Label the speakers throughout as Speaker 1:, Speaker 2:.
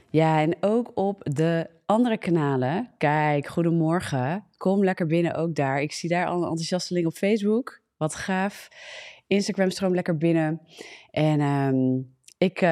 Speaker 1: Ja, en ook op de andere kanalen. Kijk, goedemorgen. Kom lekker binnen ook daar. Ik zie daar al een enthousiasteling op Facebook. Wat gaaf. Instagram stroomt lekker binnen. En ik,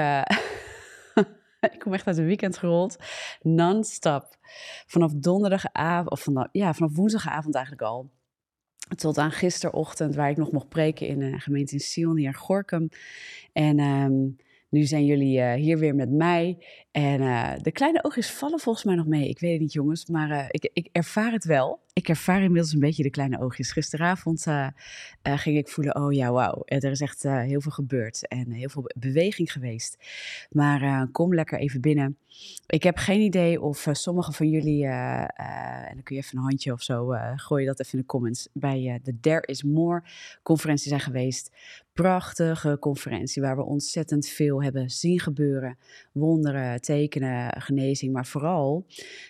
Speaker 1: ik kom echt uit een weekend gerold. Non-stop. Vanaf donderdagavond, vanaf woensdagavond eigenlijk al. Tot aan gisterochtend, waar ik nog mocht preken in een gemeente in Sion, hier in Gorinchem. En nu zijn jullie hier weer met mij. En de kleine oogjes vallen volgens mij nog mee. Ik weet het niet, jongens, maar ik ervaar het wel. Ik ervaar inmiddels een beetje de kleine oogjes. Gisteravond ging ik voelen, oh ja, wauw. Er is echt heel veel gebeurd en heel veel beweging geweest. Maar kom lekker even binnen. Ik heb geen idee of sommigen van jullie, en dan kun je even een handje of zo, gooi je dat even in de comments, bij de There Is More conferentie zijn geweest. Prachtige conferentie waar we ontzettend veel hebben zien gebeuren. Wonderen, tekenen, genezing, maar vooral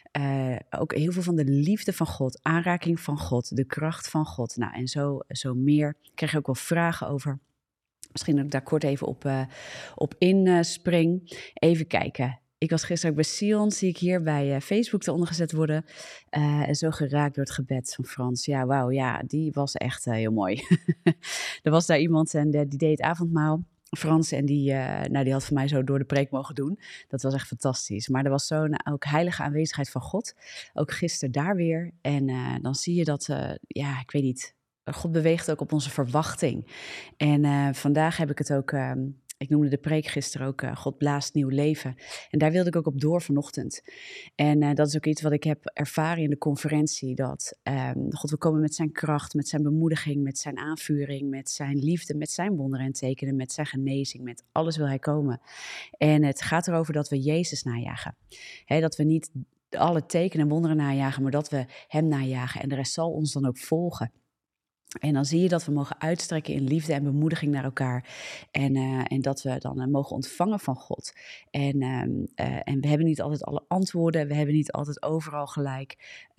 Speaker 1: ook heel veel van de liefde van God, aanraking van God, de kracht van God. Nou, en zo meer. Ik kreeg ook wel vragen over. Misschien dat ik daar kort even op inspring. Even kijken. Ik was gisteren ook bij Sion, zie ik hier bij Facebook eronder gezet worden. En zo geraakt door het gebed van Frans. Ja, wauw, ja, die was echt heel mooi. Er was daar iemand en die deed het avondmaal. Frans en die had voor mij zo door de preek mogen doen. Dat was echt fantastisch. Maar er was zo'n ook heilige aanwezigheid van God. Ook gisteren daar weer. En dan zie je dat, ik weet niet, God beweegt ook op onze verwachting. En vandaag heb ik het ook, ik noemde de preek gisteren ook, God blaast nieuw leven. En daar wilde ik ook op door vanochtend. En dat is ook iets wat ik heb ervaren in de conferentie. Dat God wil komen met zijn kracht, met zijn bemoediging, met zijn aanvuring, met zijn liefde, met zijn wonderen en tekenen, met zijn genezing, met alles wil hij komen. En het gaat erover dat we Jezus najagen. Dat we niet alle tekenen en wonderen najagen, maar dat we hem najagen. En de rest zal ons dan ook volgen. En dan zie je dat we mogen uitstrekken in liefde en bemoediging naar elkaar. En dat we dan mogen ontvangen van God. En we hebben niet altijd alle antwoorden. We hebben niet altijd overal gelijk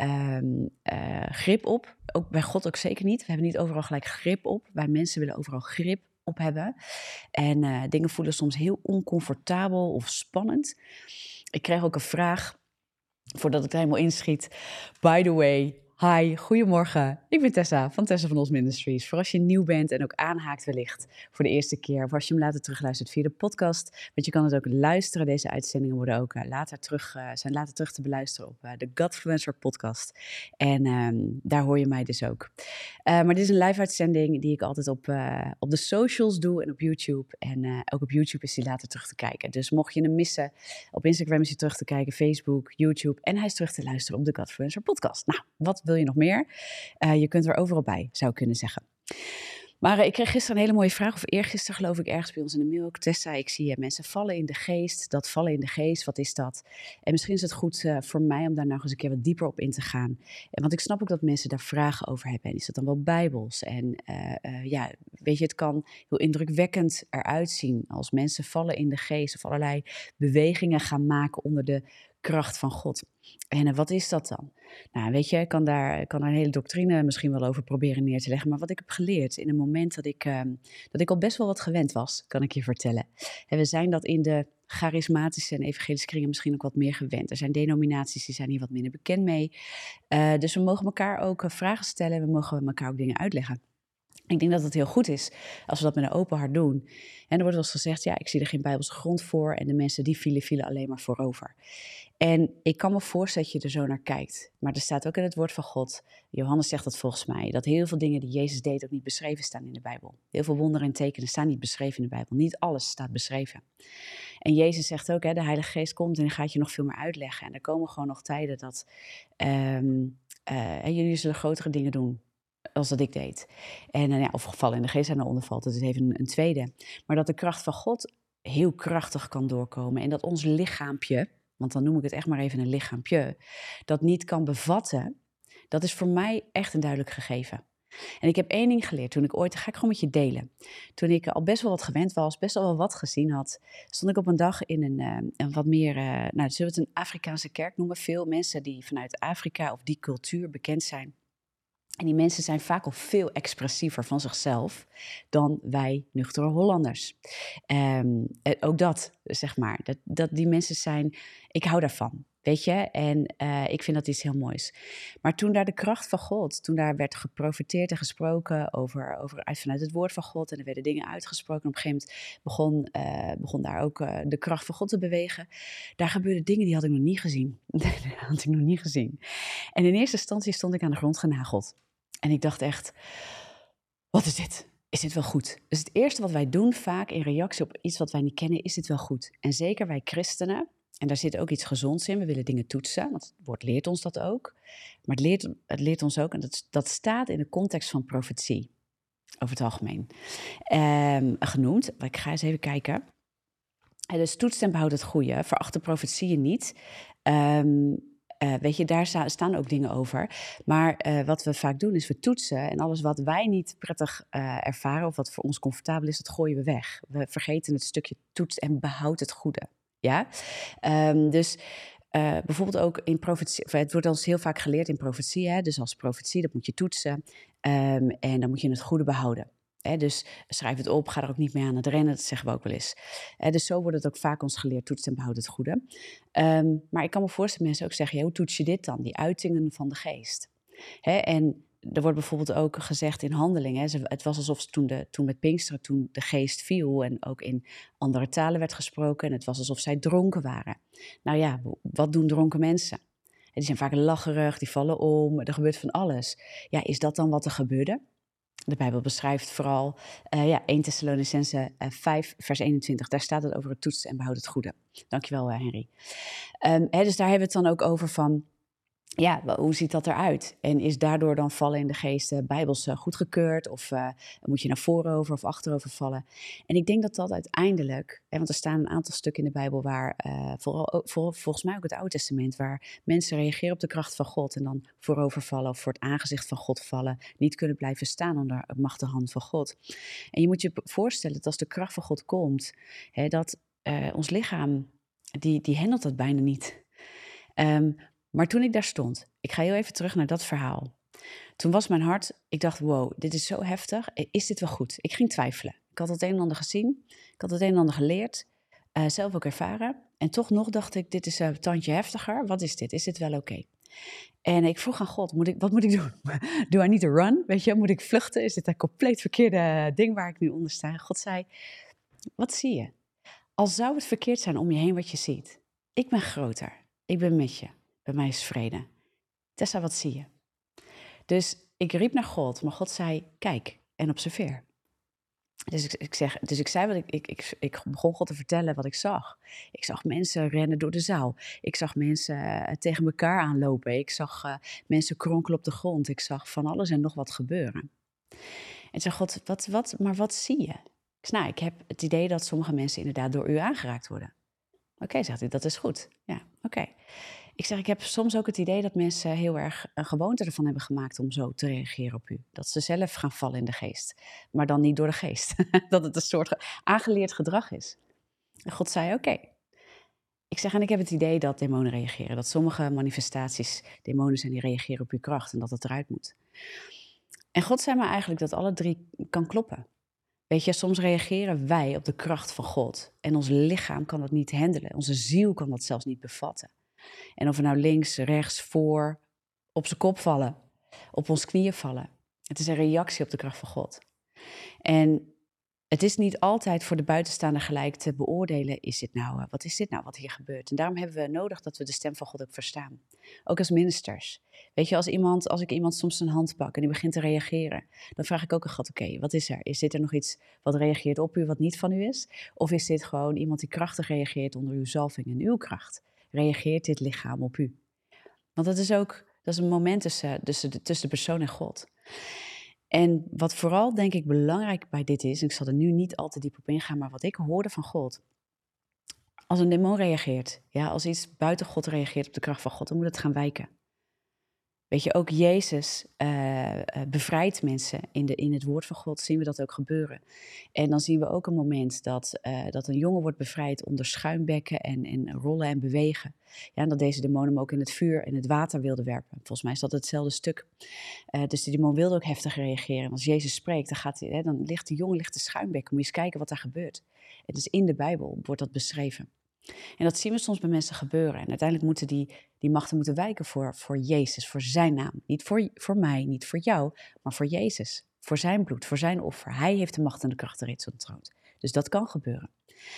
Speaker 1: grip op. Ook bij God ook zeker niet. We hebben niet overal gelijk grip op. Wij mensen willen overal grip op hebben. En dingen voelen soms heel oncomfortabel of spannend. Ik kreeg ook een vraag, voordat ik er helemaal inschiet. By the way, hi, goedemorgen. Ik ben Tessa van Tessa van Os Ministries. Voor als je nieuw bent en ook aanhaakt wellicht voor de eerste keer. Of als je hem later terugluistert via de podcast. Want je kan het ook luisteren. Deze uitzendingen worden ook zijn later terug te beluisteren op de Godfluencer podcast. En daar hoor je mij dus ook. Maar dit is een live uitzending die ik altijd op de socials doe en op YouTube. En ook op YouTube is die later terug te kijken. Dus mocht je hem missen, op Instagram is hij terug te kijken, Facebook, YouTube. En hij is terug te luisteren op de Godfluencer podcast. Nou, wat wil je nog meer? Je kunt er overal bij, zou ik kunnen zeggen. Maar ik kreeg gisteren een hele mooie vraag, of eergisteren geloof ik, ergens bij ons in de mail. Tessa, ik zie mensen vallen in de geest. Dat vallen in de geest, wat is dat? En misschien is het goed voor mij om daar nog eens een keer wat dieper op in te gaan. Want ik snap ook dat mensen daar vragen over hebben. En is dat dan wel bijbels? En weet je, het kan heel indrukwekkend eruit zien als mensen vallen in de geest of allerlei bewegingen gaan maken onder de kracht van God. En wat is dat dan? Nou, weet je, ik kan daar een hele doctrine misschien wel over proberen neer te leggen. Maar wat ik heb geleerd in een moment dat ik al best wel wat gewend was, kan ik je vertellen. En we zijn dat in de charismatische en evangelische kringen misschien ook wat meer gewend. Er zijn denominaties die zijn hier wat minder bekend mee. Dus we mogen elkaar ook vragen stellen en we mogen elkaar ook dingen uitleggen. Ik denk dat het heel goed is als we dat met een open hart doen. En er wordt wel eens gezegd, ja, ik zie er geen bijbelse grond voor. En de mensen die vielen alleen maar voorover. En ik kan me voorstellen dat je er zo naar kijkt. Maar er staat ook in het woord van God, Johannes zegt dat volgens mij, dat heel veel dingen die Jezus deed ook niet beschreven staan in de Bijbel. Heel veel wonderen en tekenen staan niet beschreven in de Bijbel. Niet alles staat beschreven. En Jezus zegt ook, de Heilige Geest komt en gaat je nog veel meer uitleggen. En er komen gewoon nog tijden dat jullie zullen grotere dingen doen als dat ik deed. En of gevallen in de geest aan onder valt, dat is even een tweede. Maar dat de kracht van God heel krachtig kan doorkomen. En dat ons lichaampje, want dan noem ik het echt maar even een lichaampje, dat niet kan bevatten, dat is voor mij echt een duidelijk gegeven. En ik heb één ding geleerd toen ik ooit, dat ga ik gewoon met je delen. Toen ik al best wel wat gewend was, best wel wat gezien had, stond ik op een dag in een wat meer, zullen we het een Afrikaanse kerk noemen. Veel mensen die vanuit Afrika of die cultuur bekend zijn. En die mensen zijn vaak al veel expressiever van zichzelf dan wij nuchtere Hollanders. Ook dat, zeg maar. Dat die mensen zijn, ik hou daarvan, weet je. En ik vind dat iets heel moois. Maar toen daar de kracht van God, toen daar werd geprofeteerd en gesproken vanuit het woord van God. En er werden dingen uitgesproken. En op een gegeven moment begon daar ook de kracht van God te bewegen. Daar gebeurden dingen die had ik nog niet gezien. Die had ik nog niet gezien. En in eerste instantie stond ik aan de grond genageld. En ik dacht echt, wat is dit? Is dit wel goed? Dus het eerste wat wij doen vaak in reactie op iets wat wij niet kennen, is dit wel goed? En zeker wij christenen, en daar zit ook iets gezonds in, we willen dingen toetsen, want het woord leert ons dat ook. Maar het leert ons ook, en dat staat in de context van profetie, over het algemeen, genoemd. Ik ga eens even kijken. Dus toetst en behoud het goede, veracht de profetieën niet. Weet je, daar staan ook dingen over. Maar wat we vaak doen is we toetsen en alles wat wij niet prettig ervaren of wat voor ons comfortabel is, dat gooien we weg. We vergeten het stukje toets en behoud het goede. Ja? Dus bijvoorbeeld ook in profetie, het wordt ons heel vaak geleerd in profetie. Hè? Dus als profetie, dat moet je toetsen en dan moet je het goede behouden. Dus schrijf het op, ga er ook niet mee aan het rennen, dat zeggen we ook wel eens. Dus zo wordt het ook vaak ons geleerd, toets en behoud het goede. Maar ik kan me voorstellen, mensen ook zeggen, ja, hoe toets je dit dan? Die uitingen van de geest. En er wordt bijvoorbeeld ook gezegd in Handelingen, het was alsof toen met Pinksteren, toen de geest viel en ook in andere talen werd gesproken en het was alsof zij dronken waren. Nou ja, wat doen dronken mensen? Die zijn vaak lacherig, die vallen om, er gebeurt van alles. Ja, is dat dan wat er gebeurde? De Bijbel beschrijft vooral 1 Thessalonicenzen 5 vers 21. Daar staat het over het toetsen en behoud het goede. Dankjewel Henry. Dus daar hebben we het dan ook over van, ja, hoe ziet dat eruit? En is daardoor dan vallen in de geest bijbels goedgekeurd? Of moet je naar voorover of achterover vallen? En ik denk dat dat uiteindelijk, want er staan een aantal stukken in de Bijbel waar, vooral volgens mij ook het Oude Testament, waar mensen reageren op de kracht van God en dan voorover vallen of voor het aangezicht van God vallen, niet kunnen blijven staan onder de machtige hand van God. En je moet je voorstellen dat als de kracht van God komt, dat ons lichaam, die handelt dat bijna niet. Maar toen ik daar stond, ik ga heel even terug naar dat verhaal. Toen was mijn hart, ik dacht, wow, dit is zo heftig. Is dit wel goed? Ik ging twijfelen. Ik had het een en ander gezien. Ik had het een en ander geleerd. Zelf ook ervaren. En toch nog dacht ik, dit is een tandje heftiger. Wat is dit? Is dit wel oké? En ik vroeg aan God, wat moet ik doen? Do I need to run? Weet je, moet ik vluchten? Is dit een compleet verkeerde ding waar ik nu onder sta? God zei, wat zie je? Al zou het verkeerd zijn om je heen wat je ziet. Ik ben groter. Ik ben met je. Bij mij is vrede. Tessa, wat zie je? Dus ik riep naar God, maar God zei, kijk en observeer. Dus ik zei wat ik begon God te vertellen wat ik zag. Ik zag mensen rennen door de zaal. Ik zag mensen tegen elkaar aanlopen. Ik zag mensen kronkelen op de grond. Ik zag van alles en nog wat gebeuren. En zei God, wat zie je? Ik heb het idee dat sommige mensen inderdaad door u aangeraakt worden. Oké, zegt hij, dat is goed. Ja, oké. Ik heb soms ook het idee dat mensen heel erg een gewoonte ervan hebben gemaakt om zo te reageren op u. Dat ze zelf gaan vallen in de geest, maar dan niet door de geest. Dat het een soort aangeleerd gedrag is. En God zei, oké. En ik heb het idee dat demonen reageren. Dat sommige manifestaties demonen zijn die reageren op uw kracht en dat het eruit moet. En God zei me eigenlijk dat alle drie kan kloppen. Weet je, soms reageren wij op de kracht van God. En ons lichaam kan dat niet handelen. Onze ziel kan dat zelfs niet bevatten. En of we nou links, rechts, voor, op zijn kop vallen, op ons knieën vallen. Het is een reactie op de kracht van God. En het is niet altijd voor de buitenstaander gelijk te beoordelen, wat is dit nou wat hier gebeurt? En daarom hebben we nodig dat we de stem van God ook verstaan. Ook als ministers. Weet je, als ik iemand soms zijn hand pak en die begint te reageren, dan vraag ik ook aan God, oké, wat is er? Is dit er nog iets wat reageert op u, wat niet van u is? Of is dit gewoon iemand die krachtig reageert onder uw zalving en uw kracht? Reageert dit lichaam op u? Want dat is een moment tussen de persoon en God. En wat vooral denk ik belangrijk bij dit is, en ik zal er nu niet al te diep op ingaan, maar wat ik hoorde van God. Als een demon reageert, als iets buiten God reageert op de kracht van God, dan moet het gaan wijken. Weet je, ook Jezus bevrijdt mensen. In het woord van God zien we dat ook gebeuren. En dan zien we ook een moment dat een jongen wordt bevrijd onder schuimbekken en rollen en bewegen. Ja, en dat deze demon hem ook in het vuur en het water wilde werpen. Volgens mij is dat hetzelfde stuk. Dus die demon wilde ook heftig reageren. En als Jezus spreekt, dan ligt de jongen te schuimbekken. Moet je eens kijken wat daar gebeurt. Het is in de Bijbel, wordt dat beschreven. En dat zien we soms bij mensen gebeuren. En uiteindelijk moeten die machten wijken voor Jezus, voor zijn naam. Niet voor mij, niet voor jou, maar voor Jezus. Voor zijn bloed, voor zijn offer. Hij heeft de macht en de kracht reeds ontroond. Dus dat kan gebeuren.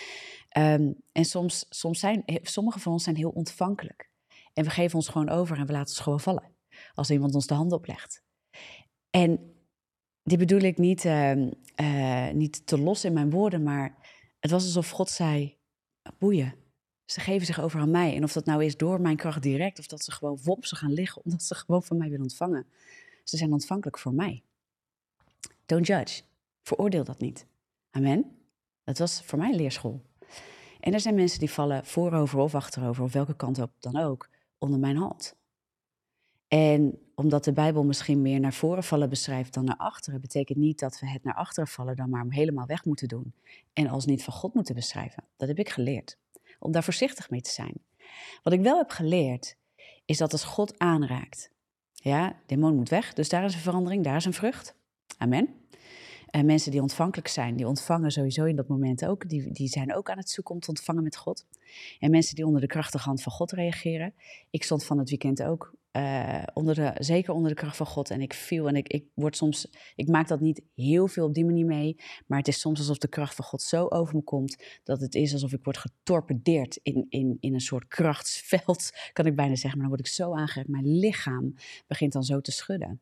Speaker 1: En sommige van ons zijn heel ontvankelijk. En we geven ons gewoon over en we laten ons gewoon vallen. Als iemand ons de handen oplegt. En dit bedoel ik niet te los in mijn woorden, maar het was alsof God zei, boeien. Ze geven zich over aan mij. En of dat nou is door mijn kracht direct, of dat ze gewoon ze gaan liggen, omdat ze gewoon van mij willen ontvangen. Ze zijn ontvankelijk voor mij. Don't judge. Veroordeel dat niet. Amen. Dat was voor mij leerschool. En er zijn mensen die vallen voorover of achterover, of welke kant op dan ook, onder mijn hand. En omdat de Bijbel misschien meer naar voren vallen beschrijft dan naar achteren, betekent niet dat we het naar achteren vallen dan maar helemaal weg moeten doen. En als niet van God moeten beschrijven. Dat heb ik geleerd. Om daar voorzichtig mee te zijn. Wat ik wel heb geleerd, is dat als God aanraakt, ja, demon moet weg, dus daar is een verandering, daar is een vrucht. Amen. En mensen die ontvankelijk zijn, die ontvangen sowieso in dat moment ook, die zijn ook aan het zoeken om te ontvangen met God. En mensen die onder de krachtige hand van God reageren. Ik stond van het weekend ook zeker onder de kracht van God en ik viel en ik maak dat niet heel veel op die manier mee, maar het is soms alsof de kracht van God zo over me komt, dat het is alsof ik word getorpedeerd in een soort krachtsveld, kan ik bijna zeggen, maar dan word ik zo aangeraakt, mijn lichaam begint dan zo te schudden.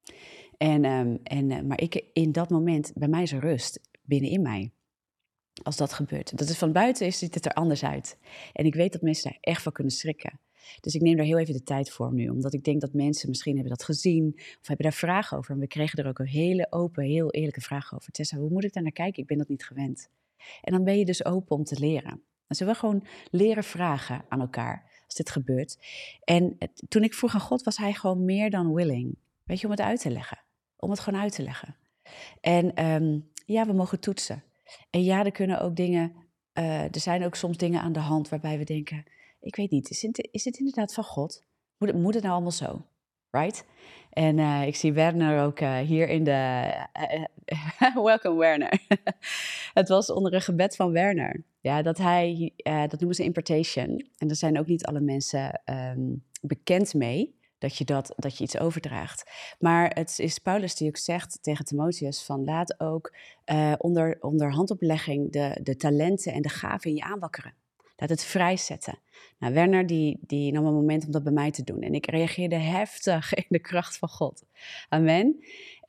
Speaker 1: Maar in dat moment, bij mij is er rust binnenin mij. Als dat gebeurt. Dat is van buiten ziet het er anders uit. En ik weet dat mensen daar echt van kunnen schrikken. Dus ik neem daar heel even de tijd voor nu. Omdat ik denk dat mensen misschien hebben dat gezien. Of hebben daar vragen over. En we kregen er ook een hele open, heel eerlijke vraag over. Tessa, hoe moet ik daar naar kijken? Ik ben dat niet gewend. En dan ben je dus open om te leren. Dan zullen we gewoon leren vragen aan elkaar. Als dit gebeurt. En toen ik vroeg aan God, was hij gewoon meer dan willing. Weet je, om het uit te leggen. Om het gewoon uit te leggen. En ja, we mogen toetsen. En ja, er kunnen ook dingen, er zijn ook soms dingen aan de hand waarbij we denken, ik weet niet, is dit inderdaad van God? Moet het nou allemaal zo? Right? En ik zie Werner ook hier in de, welcome Werner. Het was onder een gebed van Werner. Ja, dat noemen ze impartation. En daar zijn ook niet alle mensen bekend mee. Dat je iets overdraagt. Maar het is Paulus die ook zegt tegen Timotheus van laat ook onder handoplegging de talenten en de gaven in je aanwakkeren. Laat het vrijzetten. Nou, Werner die nam een moment om dat bij mij te doen. En ik reageerde heftig in de kracht van God. Amen.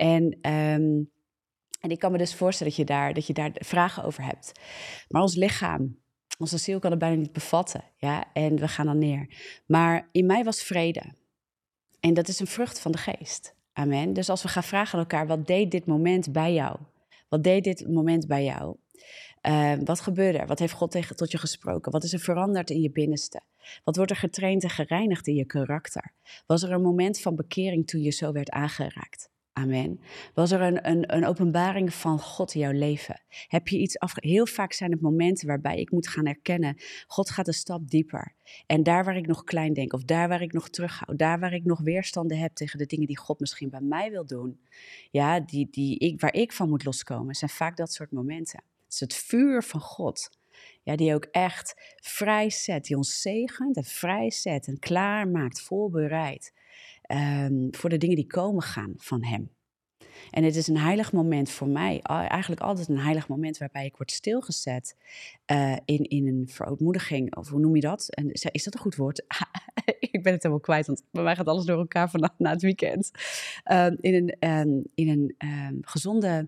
Speaker 1: En ik kan me dus voorstellen dat je daar vragen over hebt. Maar ons lichaam, onze ziel kan het bijna niet bevatten. Ja? En we gaan dan neer. Maar in mij was vrede. En dat is een vrucht van de geest. Amen. Dus als we gaan vragen aan elkaar, wat deed dit moment bij jou? Wat deed dit moment bij jou? Wat gebeurde er? Wat heeft God tot je gesproken? Wat is er veranderd in je binnenste? Wat wordt er getraind en gereinigd in je karakter? Was er een moment van bekering toen je zo werd aangeraakt? Amen. Was er een openbaring van God in jouw leven? Heb je iets Heel vaak zijn het momenten waarbij ik moet gaan erkennen, God gaat een stap dieper. En daar waar ik nog klein denk, of daar waar ik nog terughoud, daar waar ik nog weerstanden heb tegen de dingen die God misschien bij mij wil doen, ja, waar ik van moet loskomen, zijn vaak dat soort momenten. Het is het vuur van God, ja, die ook echt vrijzet, die ons zegent en vrijzet en klaarmaakt, voorbereidt. Voor de dingen die komen gaan van hem. En het is een heilig moment voor mij, eigenlijk altijd een heilig moment waarbij ik word stilgezet in een verootmoediging, of hoe noem je dat? En is dat een goed woord? Ik ben het helemaal kwijt, want bij mij gaat alles door elkaar vanaf na het weekend. In een gezonde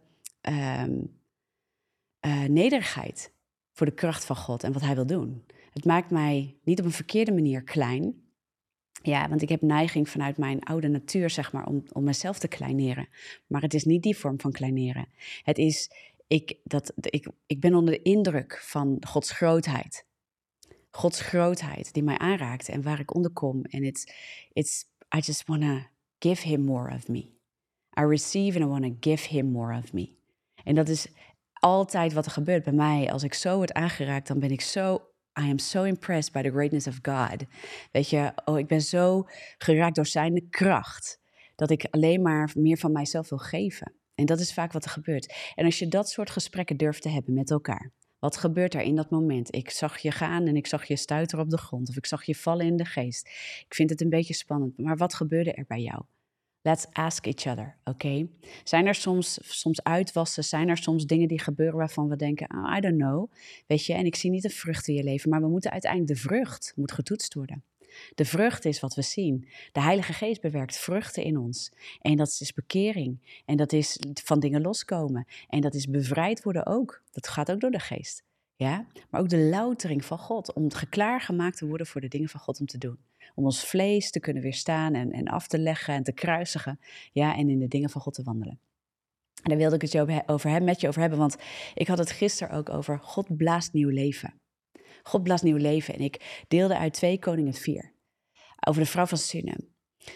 Speaker 1: nederigheid voor de kracht van God en wat hij wil doen. Het maakt mij niet op een verkeerde manier klein. Ja, want ik heb neiging vanuit mijn oude natuur, zeg maar, om mezelf te kleineren. Maar het is niet die vorm van kleineren. Het is, ik ben onder de indruk van Gods grootheid. Gods grootheid die mij aanraakt en waar ik onder kom. En I just wanna give him more of me. I receive and I want to give him more of me. En dat is altijd wat er gebeurt bij mij. Als ik zo word aangeraakt, dan ben ik I am so impressed by the greatness of God. Weet je, ik ben zo geraakt door zijn kracht, dat ik alleen maar meer van mijzelf wil geven. En dat is vaak wat er gebeurt. En als je dat soort gesprekken durft te hebben met elkaar, wat gebeurt er in dat moment? Ik zag je gaan en ik zag je stuiteren op de grond, of ik zag je vallen in de geest. Ik vind het een beetje spannend, maar wat gebeurde er bij jou? Let's ask each other, oké? Zijn er soms uitwassen, zijn er soms dingen die gebeuren waarvan we denken, I don't know, weet je, en ik zie niet de vrucht in je leven, maar we moeten uiteindelijk, de vrucht moet getoetst worden. De vrucht is wat we zien. De Heilige Geest bewerkt vruchten in ons. En dat is bekering. En dat is van dingen loskomen. En dat is bevrijd worden ook. Dat gaat ook door de Geest. Ja? Maar ook de loutering van God. Om klaargemaakt te worden voor de dingen van God om te doen. Om ons vlees te kunnen weerstaan en af te leggen en te kruisigen. Ja? En in de dingen van God te wandelen. En daar wilde ik het met je over hebben. Want ik had het gisteren ook over God blaast nieuw leven. God blaast nieuw leven. En ik deelde uit 2 Koningen 4. Over de vrouw van Sunem.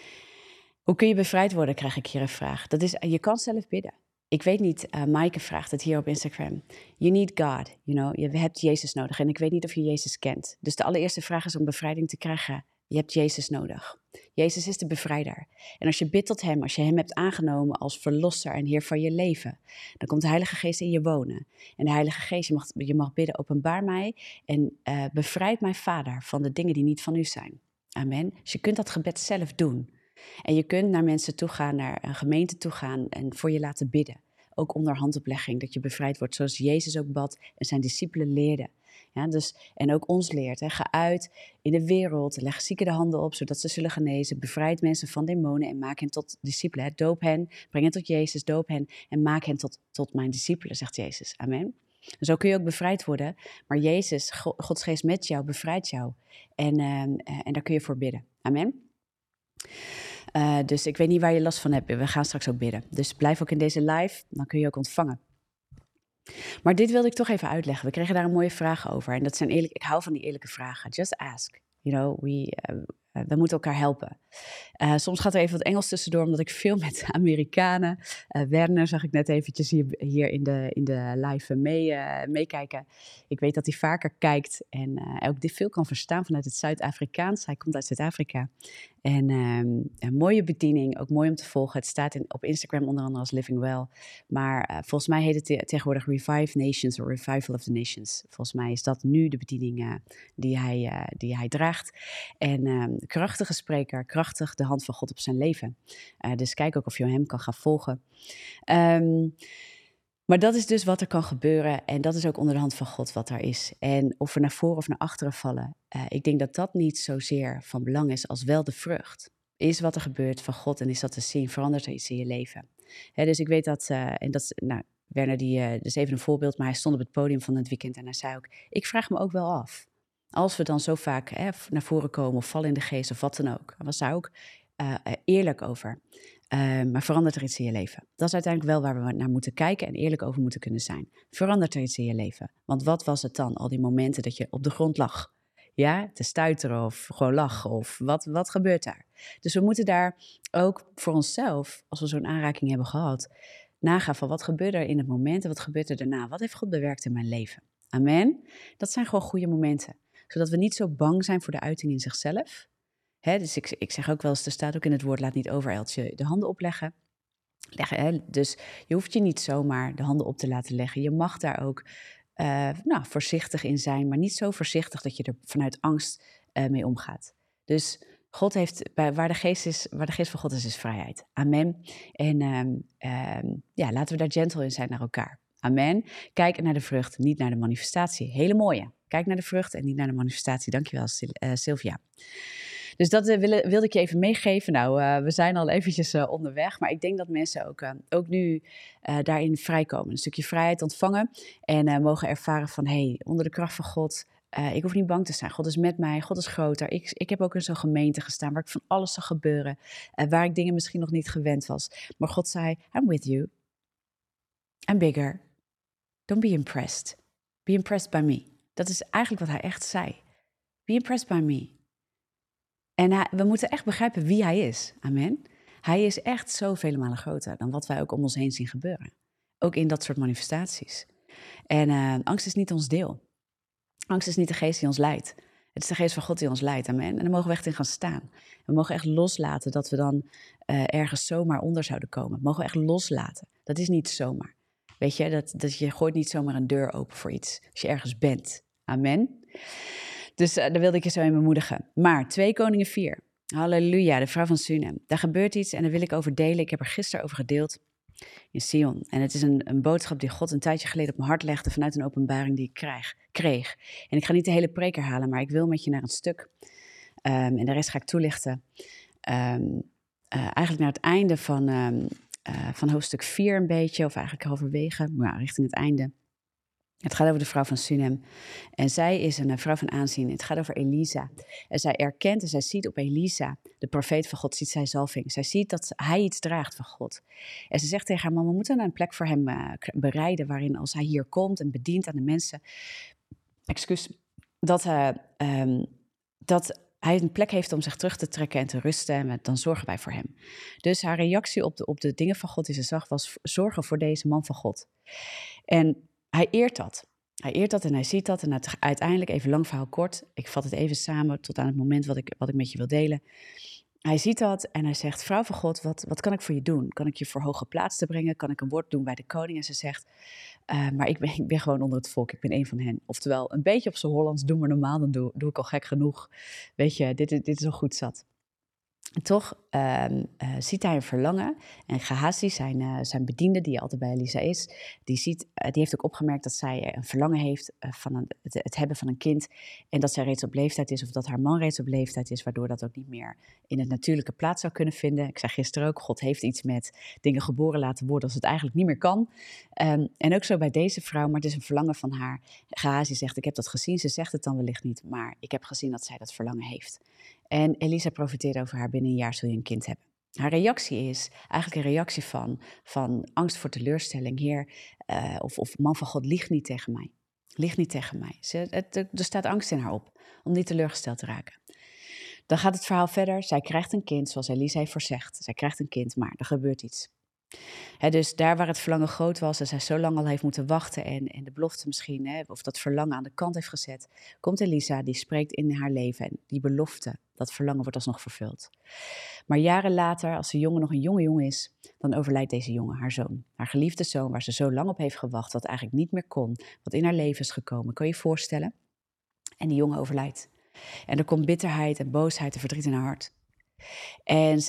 Speaker 1: Hoe kun je bevrijd worden, krijg ik hier een vraag. Dat is, je kan zelf bidden. Ik weet niet, Maaike vraagt het hier op Instagram. You need God, je hebt Jezus nodig. En ik weet niet of je Jezus kent. Dus de allereerste vraag is om bevrijding te krijgen. Je hebt Jezus nodig. Jezus is de bevrijder. En als je bidt tot hem, als je hem hebt aangenomen als verlosser en heer van je leven, dan komt de Heilige Geest in je wonen. En de Heilige Geest, je mag bidden, openbaar mij en bevrijd mijn Vader van de dingen die niet van u zijn. Amen. Dus je kunt dat gebed zelf doen. En je kunt naar mensen toe gaan, naar een gemeente toe gaan en voor je laten bidden. Ook onder handoplegging, dat je bevrijd wordt zoals Jezus ook bad en zijn discipelen leerden. Ja, dus, en ook ons leert. Ga uit in de wereld, leg zieken de handen op, zodat ze zullen genezen. Bevrijd mensen van demonen en maak hen tot discipelen. Doop hen, breng hen tot Jezus, doop hen en maak hen tot mijn discipelen, zegt Jezus. Amen. En zo kun je ook bevrijd worden. Maar Jezus, Gods geest met jou, bevrijdt jou. En daar kun je voor bidden. Amen. Dus ik weet niet waar je last van hebt. We gaan straks ook bidden. Dus blijf ook in deze live, dan kun je ook ontvangen. Maar dit wilde ik toch even uitleggen. We kregen daar een mooie vraag over. En dat zijn ik hou van die eerlijke vragen. Just ask. We moeten elkaar helpen. Soms gaat er even wat Engels tussendoor, omdat ik veel met Amerikanen. Werner zag ik net eventjes hier in de live meekijken. Ik weet dat hij vaker kijkt en ook dit veel kan verstaan vanuit het Zuid-Afrikaans. Hij komt uit Zuid-Afrika. En een mooie bediening, ook mooi om te volgen. Het staat op Instagram onder andere als Living Well. Maar volgens mij heet het tegenwoordig Revive Nations of Revival of the Nations. Volgens mij is dat nu de bediening die hij draagt. En krachtige spreker, krachtig de hand van God op zijn leven. Dus kijk ook of je hem kan gaan volgen. Maar dat is dus wat er kan gebeuren en dat is ook onder de hand van God wat er is. En of we naar voren of naar achteren vallen, ik denk dat dat niet zozeer van belang is als wel de vrucht. Is wat er gebeurt van God en is dat te zien, verandert er iets in je leven. Dus ik weet dat, Werner dat is even een voorbeeld, maar hij stond op het podium van het weekend en hij zei ook, ik vraag me ook wel af. Als we dan zo vaak naar voren komen of vallen in de geest of wat dan ook. Hij was daar ook eerlijk over. Maar verandert er iets in je leven? Dat is uiteindelijk wel waar we naar moeten kijken en eerlijk over moeten kunnen zijn. Verandert er iets in je leven? Want wat was het dan, al die momenten dat je op de grond lag? Ja, te stuiteren of gewoon lachen of wat gebeurt daar? Dus we moeten daar ook voor onszelf, als we zo'n aanraking hebben gehad, nagaan van wat gebeurt er in het moment en wat gebeurt er daarna? Wat heeft God bewerkt in mijn leven? Amen? Dat zijn gewoon goede momenten. Zodat we niet zo bang zijn voor de uiting in zichzelf. Dus ik zeg ook wel eens, er staat ook in het woord, laat niet overijld je de handen opleggen. Dus je hoeft je niet zomaar de handen op te laten leggen. Je mag daar ook voorzichtig in zijn, maar niet zo voorzichtig dat je er vanuit angst mee omgaat. Dus God heeft, waar de geest van God is vrijheid. Amen. En laten we daar gentle in zijn naar elkaar. Amen. Kijk naar de vrucht, niet naar de manifestatie. Hele mooie. Kijk naar de vrucht en niet naar de manifestatie. Dankjewel, Sylvia. Dus dat wilde ik je even meegeven. Nou, we zijn al eventjes onderweg. Maar ik denk dat mensen ook nu daarin vrijkomen. Een stukje vrijheid ontvangen. En mogen ervaren van, onder de kracht van God, ik hoef niet bang te zijn. God is met mij, God is groter. Ik heb ook in zo'n gemeente gestaan waar ik van alles zag gebeuren. Waar ik dingen misschien nog niet gewend was. Maar God zei, I'm with you. I'm bigger. Don't be impressed. Be impressed by me. Dat is eigenlijk wat hij echt zei. Be impressed by me. En we moeten echt begrijpen wie hij is. Amen. Hij is echt zoveel malen groter dan wat wij ook om ons heen zien gebeuren. Ook in dat soort manifestaties. En angst is niet ons deel. Angst is niet de geest die ons leidt. Het is de geest van God die ons leidt, amen. En daar mogen we echt in gaan staan. We mogen echt loslaten dat we dan ergens zomaar onder zouden komen. We mogen echt loslaten. Dat is niet zomaar. Weet je, dat je gooit niet zomaar een deur open voor iets. Als je ergens bent. Amen. Dus daar wilde ik je zo in bemoedigen. Maar 2 Koningen 4. Halleluja, de vrouw van Sunem. Daar gebeurt iets en daar wil ik over delen. Ik heb er gisteren over gedeeld in Sion. En het is een boodschap die God een tijdje geleden op mijn hart legde vanuit een openbaring die ik kreeg. En ik ga niet de hele preek herhalen, maar ik wil met je naar een stuk. En de rest ga ik toelichten. Eigenlijk naar het einde van hoofdstuk 4 een beetje, of eigenlijk halverwege, maar richting het einde. Het gaat over de vrouw van Sunem. En zij is een vrouw van aanzien. Het gaat over Elisa. En zij erkent en zij ziet op Elisa, de profeet van God, ziet zij zalving. Zij ziet dat hij iets draagt van God. En ze zegt tegen haar man, we moeten een plek voor hem bereiden, waarin als hij hier komt en bedient aan de mensen, dat hij een plek heeft om zich terug te trekken en te rusten. En dan zorgen wij voor hem. Dus haar reactie op de dingen van God die ze zag, was zorgen voor deze man van God. En hij eert dat. Hij eert dat en hij ziet dat. En uiteindelijk, even lang verhaal kort, ik vat het even samen tot aan het moment wat ik met je wil delen. Hij ziet dat en hij zegt, vrouw van God, wat kan ik voor je doen? Kan ik je voor hoge plaats te brengen? Kan ik een woord doen bij de koning? En ze zegt, maar ik ben gewoon onder het volk, ik ben een van hen. Oftewel, een beetje op z'n Hollands, doe maar normaal, dan doe ik al gek genoeg. Weet je, dit is al goed zat. En toch ziet hij een verlangen. En Gehazi, zijn bediende, die altijd bij Elisa is, die heeft ook opgemerkt dat zij een verlangen heeft van het hebben van een kind. En dat zij reeds op leeftijd is, of dat haar man reeds op leeftijd is, waardoor dat ook niet meer in het natuurlijke plaats zou kunnen vinden. Ik zei gisteren ook, God heeft iets met dingen geboren laten worden als het eigenlijk niet meer kan. En ook zo bij deze vrouw, maar het is een verlangen van haar. Gehazi zegt, ik heb dat gezien. Ze zegt het dan wellicht niet, maar ik heb gezien dat zij dat verlangen heeft. En Elisa profeteert over haar, binnen een jaar zul je een kind hebben. Haar reactie is eigenlijk een reactie van angst voor teleurstelling. Heer, of man van God, lieg niet tegen mij. Lieg niet tegen mij. Er staat angst in haar op om niet teleurgesteld te raken. Dan gaat het verhaal verder. Zij krijgt een kind, zoals Elisa heeft voorzegd. Zij krijgt een kind, maar er gebeurt iets. Dus daar waar het verlangen groot was en zij zo lang al heeft moeten wachten en de belofte misschien, of dat verlangen aan de kant heeft gezet, komt Elisa, die spreekt in haar leven en die belofte, dat verlangen wordt alsnog vervuld. Maar jaren later, als de jongen nog een jonge jongen is, dan overlijdt deze jongen, haar zoon. Haar geliefde zoon, waar ze zo lang op heeft gewacht, wat eigenlijk niet meer kon, wat in haar leven is gekomen. Kan je je voorstellen? En die jongen overlijdt. En er komt bitterheid en boosheid en verdriet in haar hart. En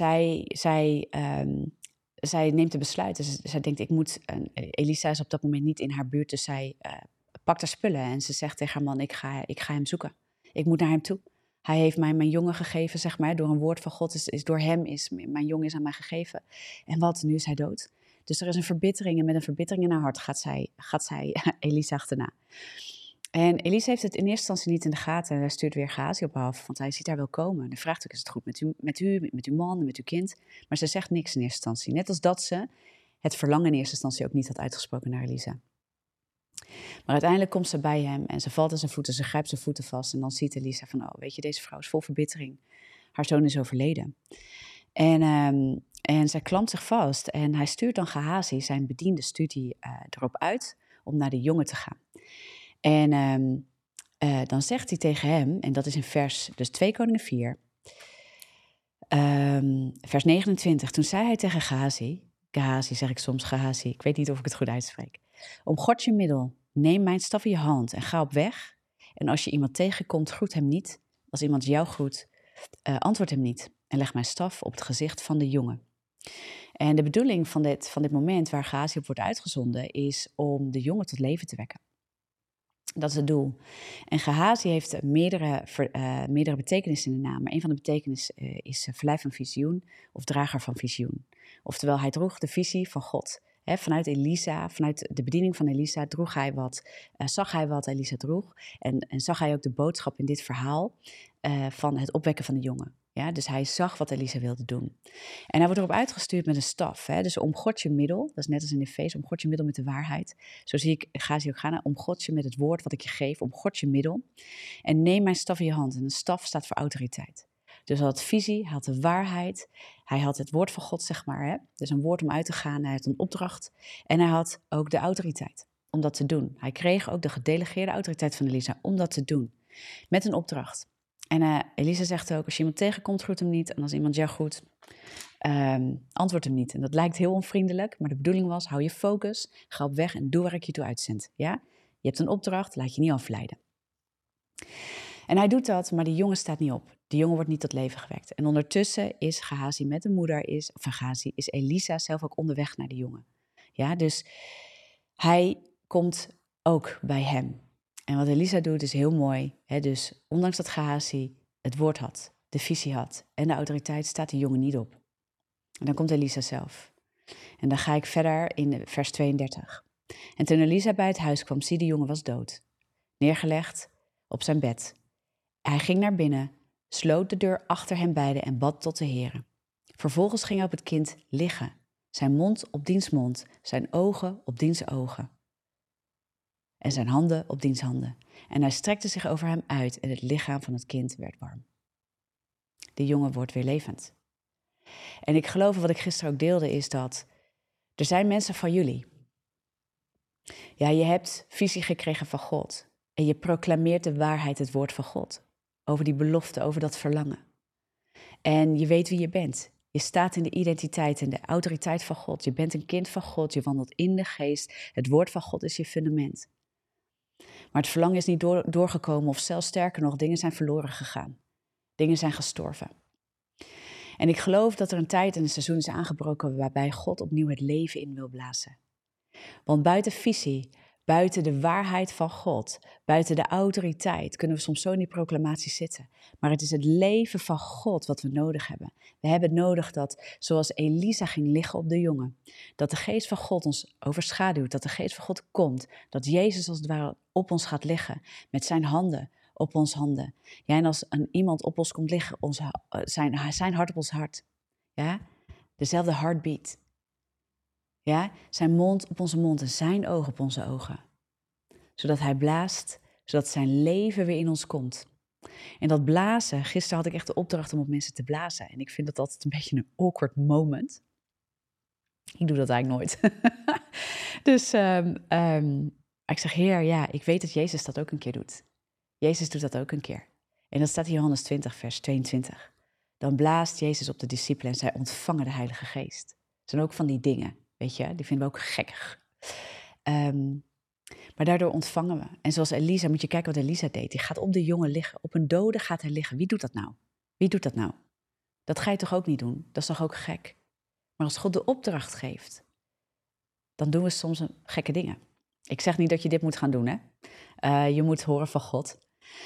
Speaker 1: zij neemt een besluit. Dus zij denkt, Elisa is op dat moment niet in haar buurt, dus zij pakt haar spullen. En ze zegt tegen haar man, ik ga hem zoeken. Ik moet naar hem toe. Hij heeft mij mijn jongen gegeven, zeg maar. Door een woord van God is door hem, mijn jongen is aan mij gegeven. En wat, nu is hij dood. Dus er is een verbittering en met een verbittering in haar hart gaat zij Elisa achterna. En Elisa heeft het in eerste instantie niet in de gaten. En hij stuurt weer Gehazi op haar af, want hij ziet haar wel komen. En hij vraagt ook, is het goed met uw man en met uw kind? Maar ze zegt niks in eerste instantie. Net als dat ze het verlangen in eerste instantie ook niet had uitgesproken naar Elisa. Maar uiteindelijk komt ze bij hem en ze valt aan zijn voeten, ze grijpt zijn voeten vast. En dan ziet Elisa van, oh weet je, deze vrouw is vol verbittering. Haar zoon is overleden. En zij klampt zich vast en hij stuurt dan Gehazi, zijn bediende, erop uit om naar de jongen te gaan. En dan zegt hij tegen hem, en dat is in dus 2 Koningen 4, vers 29. Toen zei hij tegen Gehazi zeg ik soms Gehazi, ik weet niet of ik het goed uitspreek. Omgord je middel, neem mijn staf in je hand en ga op weg. En als je iemand tegenkomt, groet hem niet. Als iemand jou groet, antwoord hem niet. En leg mijn staf op het gezicht van de jongen. En de bedoeling van dit moment waar Gehazi op wordt uitgezonden, is om de jongen tot leven te wekken. Dat is het doel. En Gehazi heeft meerdere betekenissen in de naam. Maar een van de betekenissen is verlijf van visioen of drager van visioen. Oftewel, hij droeg de visie van God. Vanuit Elisa, vanuit de bediening van Elisa zag hij wat Elisa droeg. En zag hij ook de boodschap in dit verhaal van het opwekken van de jongen. Ja, dus hij zag wat Elisa wilde doen. En hij wordt erop uitgestuurd met een staf. Dus omgord je middel, dat is net als in Efeze, omgord je middel met de waarheid. Zo zie ik Gehazi ook gaan, omgord je met het woord wat ik je geef, omgord je middel. En neem mijn staf in je hand. En een staf staat voor autoriteit. Dus hij had visie, hij had de waarheid. Hij had het woord van God, zeg maar. Hè? Dus een woord om uit te gaan. Hij had een opdracht. En hij had ook de autoriteit om dat te doen. Hij kreeg ook de gedelegeerde autoriteit van Elisa om dat te doen. Met een opdracht. En Elisa zegt ook, als je iemand tegenkomt, groet hem niet. En als iemand jou groet, antwoord hem niet. En dat lijkt heel onvriendelijk, maar de bedoeling was, hou je focus, ga op weg en doe waar ik je toe uitzend. Ja? Je hebt een opdracht, laat je niet afleiden. En hij doet dat, maar die jongen staat niet op. Die jongen wordt niet tot leven gewekt. En ondertussen is Gehazi met de moeder, is Elisa zelf ook onderweg naar die jongen. Ja, dus hij komt ook bij hem. En wat Elisa doet is heel mooi. Hè? Dus ondanks dat Gehazi het woord had, de visie had en de autoriteit, staat die jongen niet op. En dan komt Elisa zelf. En dan ga ik verder in vers 32. En toen Elisa bij het huis kwam, zie de jongen was dood. Neergelegd op zijn bed. Hij ging naar binnen, sloot de deur achter hen beiden en bad tot de Heere. Vervolgens ging hij op het kind liggen. Zijn mond op diens mond, zijn ogen op diens ogen. En zijn handen op diens handen. En hij strekte zich over hem uit en het lichaam van het kind werd warm. De jongen wordt weer levend. En ik geloof, wat ik gisteren ook deelde, is dat er zijn mensen van jullie. Ja, je hebt visie gekregen van God. En je proclameert de waarheid, het woord van God. Over die belofte, over dat verlangen. En je weet wie je bent. Je staat in de identiteit en de autoriteit van God. Je bent een kind van God, je wandelt in de geest. Het woord van God is je fundament. Maar het verlangen is niet doorgekomen of zelfs sterker nog, dingen zijn verloren gegaan. Dingen zijn gestorven. En ik geloof dat er een tijd en een seizoen is aangebroken waarbij God opnieuw het leven in wil blazen. Want buiten visie, buiten de waarheid van God, buiten de autoriteit, kunnen we soms zo in die proclamatie zitten. Maar het is het leven van God wat we nodig hebben. We hebben nodig dat, zoals Elisa ging liggen op de jongen, dat de geest van God ons overschaduwt, dat de geest van God komt, dat Jezus als het ware op ons gaat liggen, met zijn handen op ons handen. Ja, en als iemand op ons komt liggen, zijn hart op ons hart. Ja, dezelfde heartbeat. Ja, zijn mond op onze mond en zijn ogen op onze ogen. Zodat hij blaast, zodat zijn leven weer in ons komt. En dat blazen, gisteren had ik echt de opdracht om op mensen te blazen. En ik vind dat altijd een beetje een awkward moment. Ik doe dat eigenlijk nooit. Dus ik zeg, Heer, ja, ik weet dat Jezus dat ook een keer doet. Jezus doet dat ook een keer. En dat staat in Johannes 20, vers 22. Dan blaast Jezus op de discipelen en zij ontvangen de Heilige Geest. Dat zijn ook van die dingen, weet je, die vinden we ook gekkig. Maar daardoor ontvangen we. En zoals Elisa, moet je kijken wat Elisa deed. Die gaat op de jongen liggen. Op een dode gaat hij liggen. Wie doet dat nou? Wie doet dat nou? Dat ga je toch ook niet doen? Dat is toch ook gek? Maar als God de opdracht geeft, dan doen we soms gekke dingen. Ik zeg niet dat je dit moet gaan doen, hè? Je moet horen van God.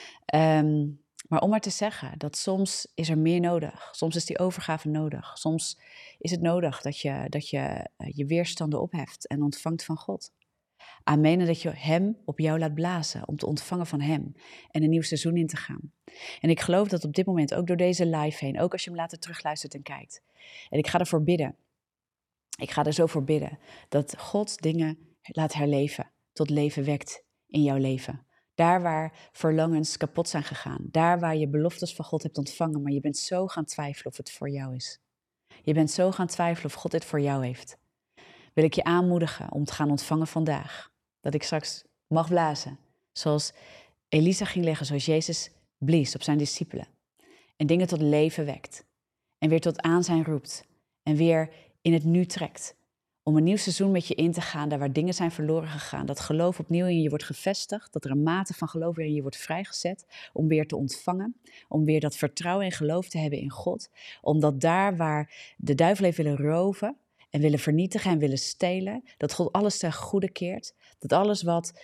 Speaker 1: Maar om maar te zeggen dat soms is er meer nodig. Soms is die overgave nodig. Soms is het nodig dat je je weerstanden opheft en ontvangt van God. Amen, en dat je hem op jou laat blazen om te ontvangen van hem en een nieuw seizoen in te gaan. En ik geloof dat op dit moment, ook door deze live heen, ook als je hem later terugluistert en kijkt. En ik ga ervoor bidden. Ik ga er zo voor bidden dat God dingen laat herleven, tot leven wekt in jouw leven. Daar waar verlangens kapot zijn gegaan. Daar waar je beloftes van God hebt ontvangen, maar je bent zo gaan twijfelen of het voor jou is. Je bent zo gaan twijfelen of God dit voor jou heeft. Wil ik je aanmoedigen om te gaan ontvangen vandaag. Dat ik straks mag blazen. Zoals Elisa ging leggen, zoals Jezus blies op zijn discipelen. En dingen tot leven wekt. En weer tot aanzijn roept. En weer in het nu trekt. Om een nieuw seizoen met je in te gaan, daar waar dingen zijn verloren gegaan. Dat geloof opnieuw in je wordt gevestigd. Dat er een mate van geloof weer in je wordt vrijgezet. Om weer te ontvangen. Om weer dat vertrouwen en geloof te hebben in God. Omdat daar waar de duivel heeft willen roven en willen vernietigen en willen stelen, dat God alles ten goede keert. Dat alles what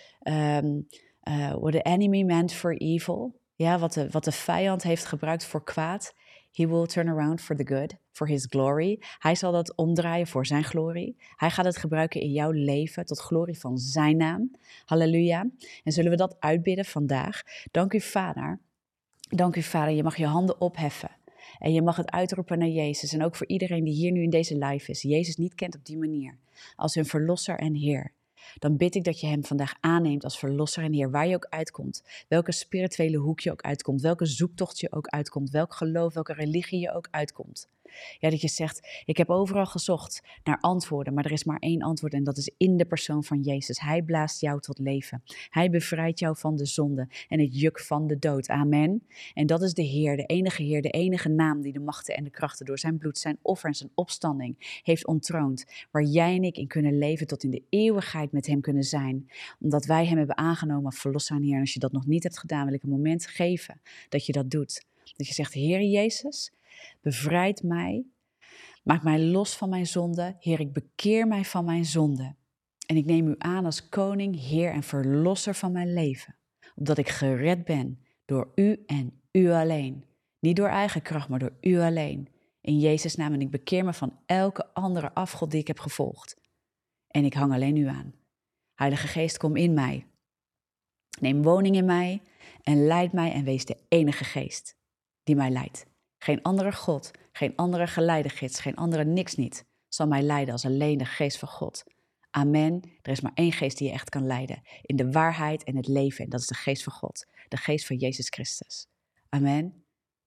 Speaker 1: the enemy meant for evil, ja, wat de vijand heeft gebruikt voor kwaad, he will turn around for the good, for his glory. Hij zal dat omdraaien voor zijn glorie. Hij gaat het gebruiken in jouw leven tot glorie van zijn naam. Halleluja. En zullen we dat uitbidden vandaag? Dank u, Vader. Dank u, Vader. Je mag je handen opheffen. En je mag het uitroepen naar Jezus. En ook voor iedereen die hier nu in deze live is, Jezus niet kent op die manier. Als hun verlosser en Heer. Dan bid ik dat je hem vandaag aanneemt als verlosser en Heer, waar je ook uitkomt. Welke spirituele hoek je ook uitkomt, welke zoektocht je ook uitkomt, welk geloof, welke religie je ook uitkomt. Ja, dat je zegt, ik heb overal gezocht naar antwoorden, maar er is maar één antwoord en dat is in de persoon van Jezus. Hij blaast jou tot leven. Hij bevrijdt jou van de zonde en het juk van de dood. Amen. En dat is de Heer, de enige naam die de machten en de krachten door zijn bloed, zijn offer en zijn opstanding heeft ontroond. Waar jij en ik in kunnen leven tot in de eeuwigheid met hem kunnen zijn. Omdat wij hem hebben aangenomen als verlosser en Heer. En als je dat nog niet hebt gedaan, wil ik een moment geven dat je dat doet. Dat je zegt, Heer Jezus, bevrijd mij, maak mij los van mijn zonde. Heer, ik bekeer mij van mijn zonde. En ik neem u aan als koning, Heer en verlosser van mijn leven. Omdat ik gered ben door u en u alleen. Niet door eigen kracht, maar door u alleen. In Jezus' naam. En ik bekeer me van elke andere afgod die ik heb gevolgd. En ik hang alleen u aan. Heilige Geest, kom in mij. Neem woning in mij en leid mij en wees de enige geest die mij leidt. Geen andere God, geen andere geleidegids, geen andere niks niet zal mij leiden als alleen de geest van God. Amen. Er is maar één geest die je echt kan leiden in de waarheid en het leven. En dat is de geest van God, de geest van Jezus Christus. Amen.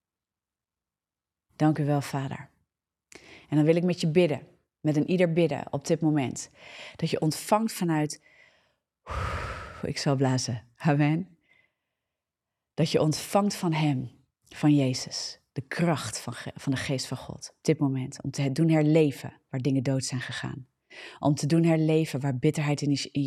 Speaker 1: Dank u wel, Vader. En dan wil ik met je bidden, met een ieder bidden op dit moment. Dat je ontvangt vanuit, ik zal blazen, amen. Dat je ontvangt van hem, van Jezus, de kracht van de geest van God. Op dit moment, om te doen herleven waar dingen dood zijn gegaan. Om te doen herleven waar bitterheid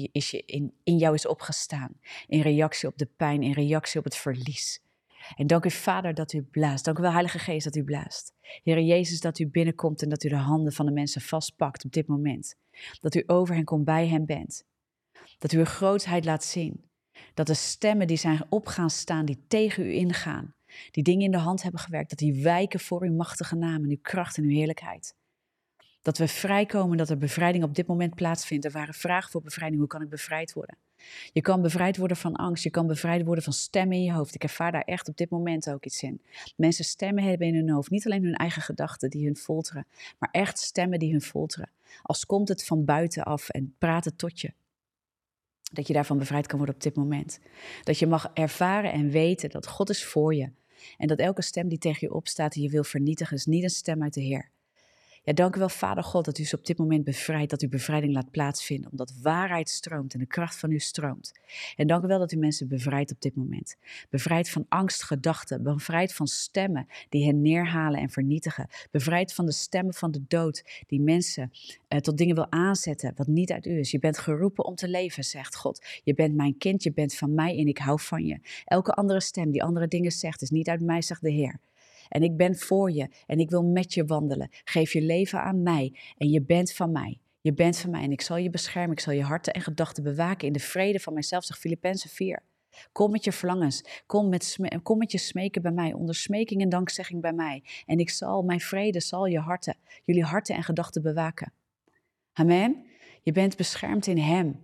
Speaker 1: in jou is opgestaan. In reactie op de pijn, in reactie op het verlies. En dank u, Vader, dat u blaast. Dank u wel, Heilige Geest, dat u blaast. Heere Jezus, dat u binnenkomt en dat u de handen van de mensen vastpakt op dit moment. Dat u over hen komt, bij hen bent. Dat u uw grootheid laat zien. Dat de stemmen die zijn op gaan staan, die tegen u ingaan, die dingen in de hand hebben gewerkt, dat die wijken voor uw machtige naam en uw kracht en uw heerlijkheid. Dat we vrijkomen, dat er bevrijding op dit moment plaatsvindt. Er waren vragen voor bevrijding. Hoe kan ik bevrijd worden? Je kan bevrijd worden van angst. Je kan bevrijd worden van stemmen in je hoofd. Ik ervaar daar echt op dit moment ook iets in. Mensen stemmen hebben in hun hoofd. Niet alleen hun eigen gedachten die hun folteren, maar echt stemmen die hun folteren. Als komt het van buiten af en praat het tot je. Dat je daarvan bevrijd kan worden op dit moment. Dat je mag ervaren en weten dat God is voor je. En dat elke stem die tegen je opstaat en je wil vernietigen, is niet een stem uit de Heer. Ja, dank u wel, Vader God, dat u ze op dit moment bevrijdt, dat u bevrijding laat plaatsvinden, omdat waarheid stroomt en de kracht van u stroomt. En dank u wel dat u mensen bevrijdt op dit moment. Bevrijdt van angstgedachten, bevrijdt van stemmen die hen neerhalen en vernietigen. Bevrijdt van de stemmen van de dood die mensen tot dingen wil aanzetten wat niet uit u is. Je bent geroepen om te leven, zegt God. Je bent mijn kind, je bent van mij en ik hou van je. Elke andere stem die andere dingen zegt, is niet uit mij, zegt de Heer. En ik ben voor je en ik wil met je wandelen. Geef je leven aan mij en je bent van mij. Je bent van mij en ik zal je beschermen. Ik zal je harten en gedachten bewaken in de vrede van mijzelf, zegt Filippenzen 4. Kom met je verlangens. Kom met je smeken bij mij. Onder smeking en dankzegging bij mij. En ik zal, mijn vrede zal jullie harten en gedachten bewaken. Amen. Je bent beschermd in hem.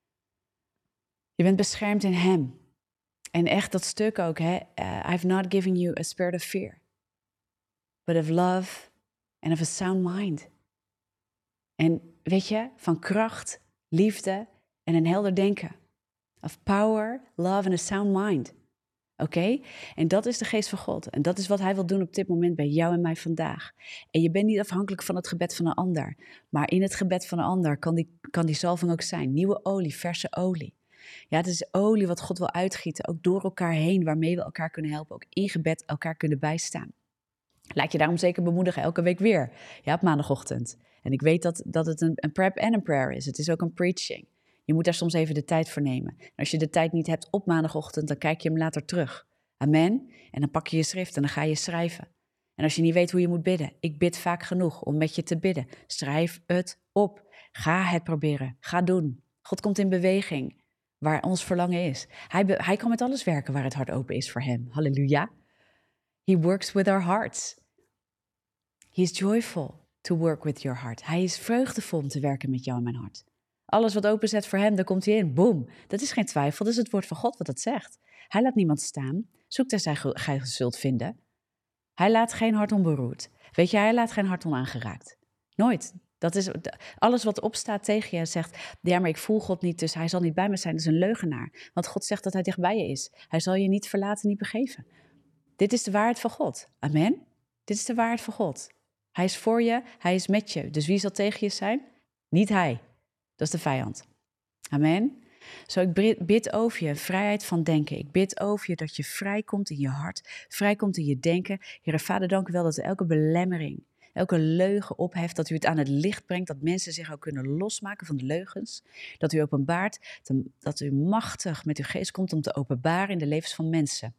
Speaker 1: Je bent beschermd in hem. En echt dat stuk ook, I've not given you a spirit of fear, but of love and of a sound mind. En weet je, van kracht, liefde en een helder denken. Of power, love and a sound mind. Oké? En dat is de geest van God. En dat is wat hij wil doen op dit moment bij jou en mij vandaag. En je bent niet afhankelijk van het gebed van een ander. Maar in het gebed van een ander kan die zalving ook zijn. Nieuwe olie, verse olie. Ja, het is olie wat God wil uitgieten, ook door elkaar heen, waarmee we elkaar kunnen helpen, ook in gebed elkaar kunnen bijstaan. Laat je daarom zeker bemoedigen, elke week weer, ja, op maandagochtend. En ik weet dat het een prep en een prayer is. Het is ook een preaching. Je moet daar soms even de tijd voor nemen. En als je de tijd niet hebt op maandagochtend, dan kijk je hem later terug. Amen. En dan pak je je schrift en dan ga je schrijven. En als je niet weet hoe je moet bidden, ik bid vaak genoeg om met je te bidden. Schrijf het op. Ga het proberen. Ga doen. God komt in beweging waar ons verlangen is. Hij kan met alles werken waar het hart open is voor hem. Halleluja. He works with our hearts. He is joyful to work with your heart. Hij is vreugdevol om te werken met jou en mijn hart. Alles wat openzet voor hem, daar komt hij in. Boom. Dat is geen twijfel, dat is het woord van God wat dat zegt. Hij laat niemand staan. Zoek ter gij zult vinden. Hij laat geen hart onberoerd. Weet je, hij laat geen hart onaangeraakt. Nooit. Dat is alles wat opstaat tegen je zegt, ja, maar ik voel God niet, dus hij zal niet bij me zijn. Dat is een leugenaar. Want God zegt dat hij dicht bij je is. Hij zal je niet verlaten, niet begeven. Dit is de waarheid van God. Amen. Dit is de waarheid van God. Hij is voor je, hij is met je. Dus wie zal tegen je zijn? Niet hij. Dat is de vijand. Amen. Zo, ik bid over je vrijheid van denken. Ik bid over je dat je vrijkomt in je hart, vrijkomt in je denken. Heere Vader, dank u wel dat elke belemmering, elke leugen opheft, dat u het aan het licht brengt, dat mensen zich ook kunnen losmaken van de leugens. Dat u openbaart, dat u machtig met uw geest komt om te openbaren in de levens van mensen.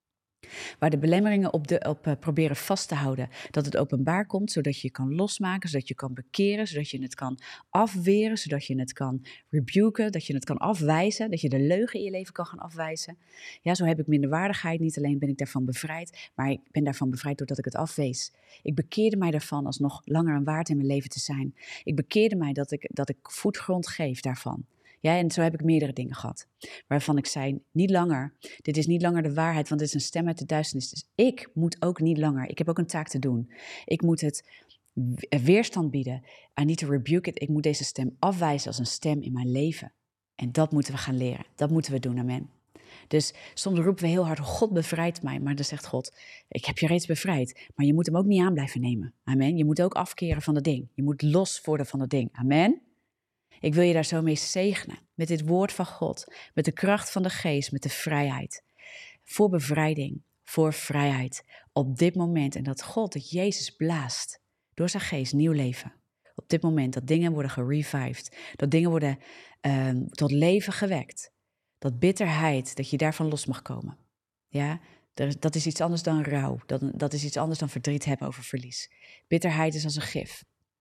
Speaker 1: Waar de belemmeringen op proberen vast te houden. Dat het openbaar komt, zodat je je kan losmaken, zodat je kan bekeren, zodat je het kan afweren, zodat je het kan rebuken, dat je het kan afwijzen, dat je de leugen in je leven kan gaan afwijzen. Ja, zo heb ik minderwaardigheid. Niet alleen ben ik daarvan bevrijd, maar ik ben daarvan bevrijd doordat ik het afwees. Ik bekeerde mij daarvan als nog langer een waard in mijn leven te zijn. Ik bekeerde mij dat ik voetgrond geef daarvan. Ja, en zo heb ik meerdere dingen gehad, waarvan ik zei, niet langer, dit is niet langer de waarheid, want dit is een stem uit de duisternis. Dus ik moet ook niet langer, ik heb ook een taak te doen. Ik moet het weerstand bieden, I need to rebuke it. Ik moet deze stem afwijzen als een stem in mijn leven. En dat moeten we gaan leren, dat moeten we doen, amen. Dus soms roepen we heel hard, God bevrijdt mij, maar dan zegt God, ik heb je reeds bevrijd, maar je moet hem ook niet aan blijven nemen, amen. Je moet ook afkeren van het ding, je moet los worden van het ding, amen. Ik wil je daar zo mee zegenen, met dit woord van God, met de kracht van de geest, met de vrijheid. Voor bevrijding, voor vrijheid, op dit moment. En dat God, dat Jezus blaast door zijn geest nieuw leven. Op dit moment, dat dingen worden gerevived, dat dingen worden tot leven gewekt. Dat bitterheid, dat je daarvan los mag komen. Ja, dat is iets anders dan rouw, dat is iets anders dan verdriet hebben over verlies. Bitterheid is als een gif.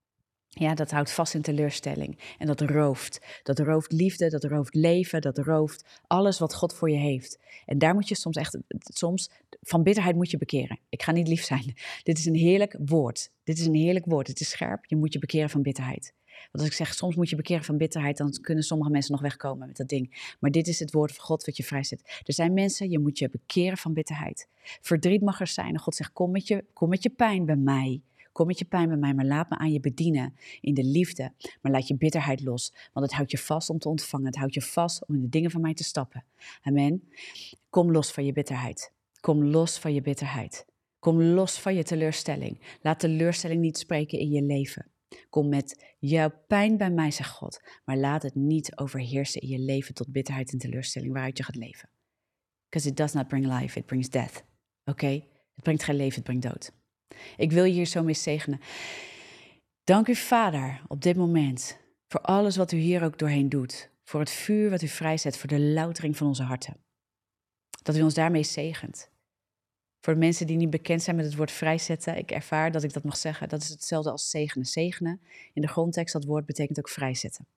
Speaker 1: Ja, dat houdt vast in teleurstelling en dat rooft. Dat rooft liefde, dat rooft leven, dat rooft alles wat God voor je heeft. En daar moet je soms van bitterheid moet je bekeren. Ik ga niet lief zijn. Dit is een heerlijk woord. Dit is een heerlijk woord. Het is scherp. Je moet je bekeren van bitterheid. Want als ik zeg, soms moet je bekeren van bitterheid, dan kunnen sommige mensen nog wegkomen met dat ding. Maar dit is het woord van God wat je vrijzet. Er zijn mensen, je moet je bekeren van bitterheid. Verdriet mag er zijn. En God zegt, kom met je pijn bij mij. Kom met je pijn bij mij, maar laat me aan je bedienen in de liefde. Maar laat je bitterheid los, want het houdt je vast om te ontvangen. Het houdt je vast om in de dingen van mij te stappen. Amen. Kom los van je bitterheid. Kom los van je bitterheid. Kom los van je teleurstelling. Laat teleurstelling niet spreken in je leven. Kom met jouw pijn bij mij, zegt God. Maar laat het niet overheersen in je leven tot bitterheid en teleurstelling waaruit je gaat leven. Because it does not bring life, it brings death. Oké? Het brengt geen leven, het brengt dood. Ik wil je hier zo mee zegenen. Dank u, Vader, op dit moment. Voor alles wat u hier ook doorheen doet. Voor het vuur wat u vrijzet. Voor de loutering van onze harten. Dat u ons daarmee zegent. Voor de mensen die niet bekend zijn met het woord vrijzetten. Ik ervaar dat ik dat mag zeggen. Dat is hetzelfde als zegenen. Zegenen, in de grondtekst, dat woord betekent ook vrijzetten.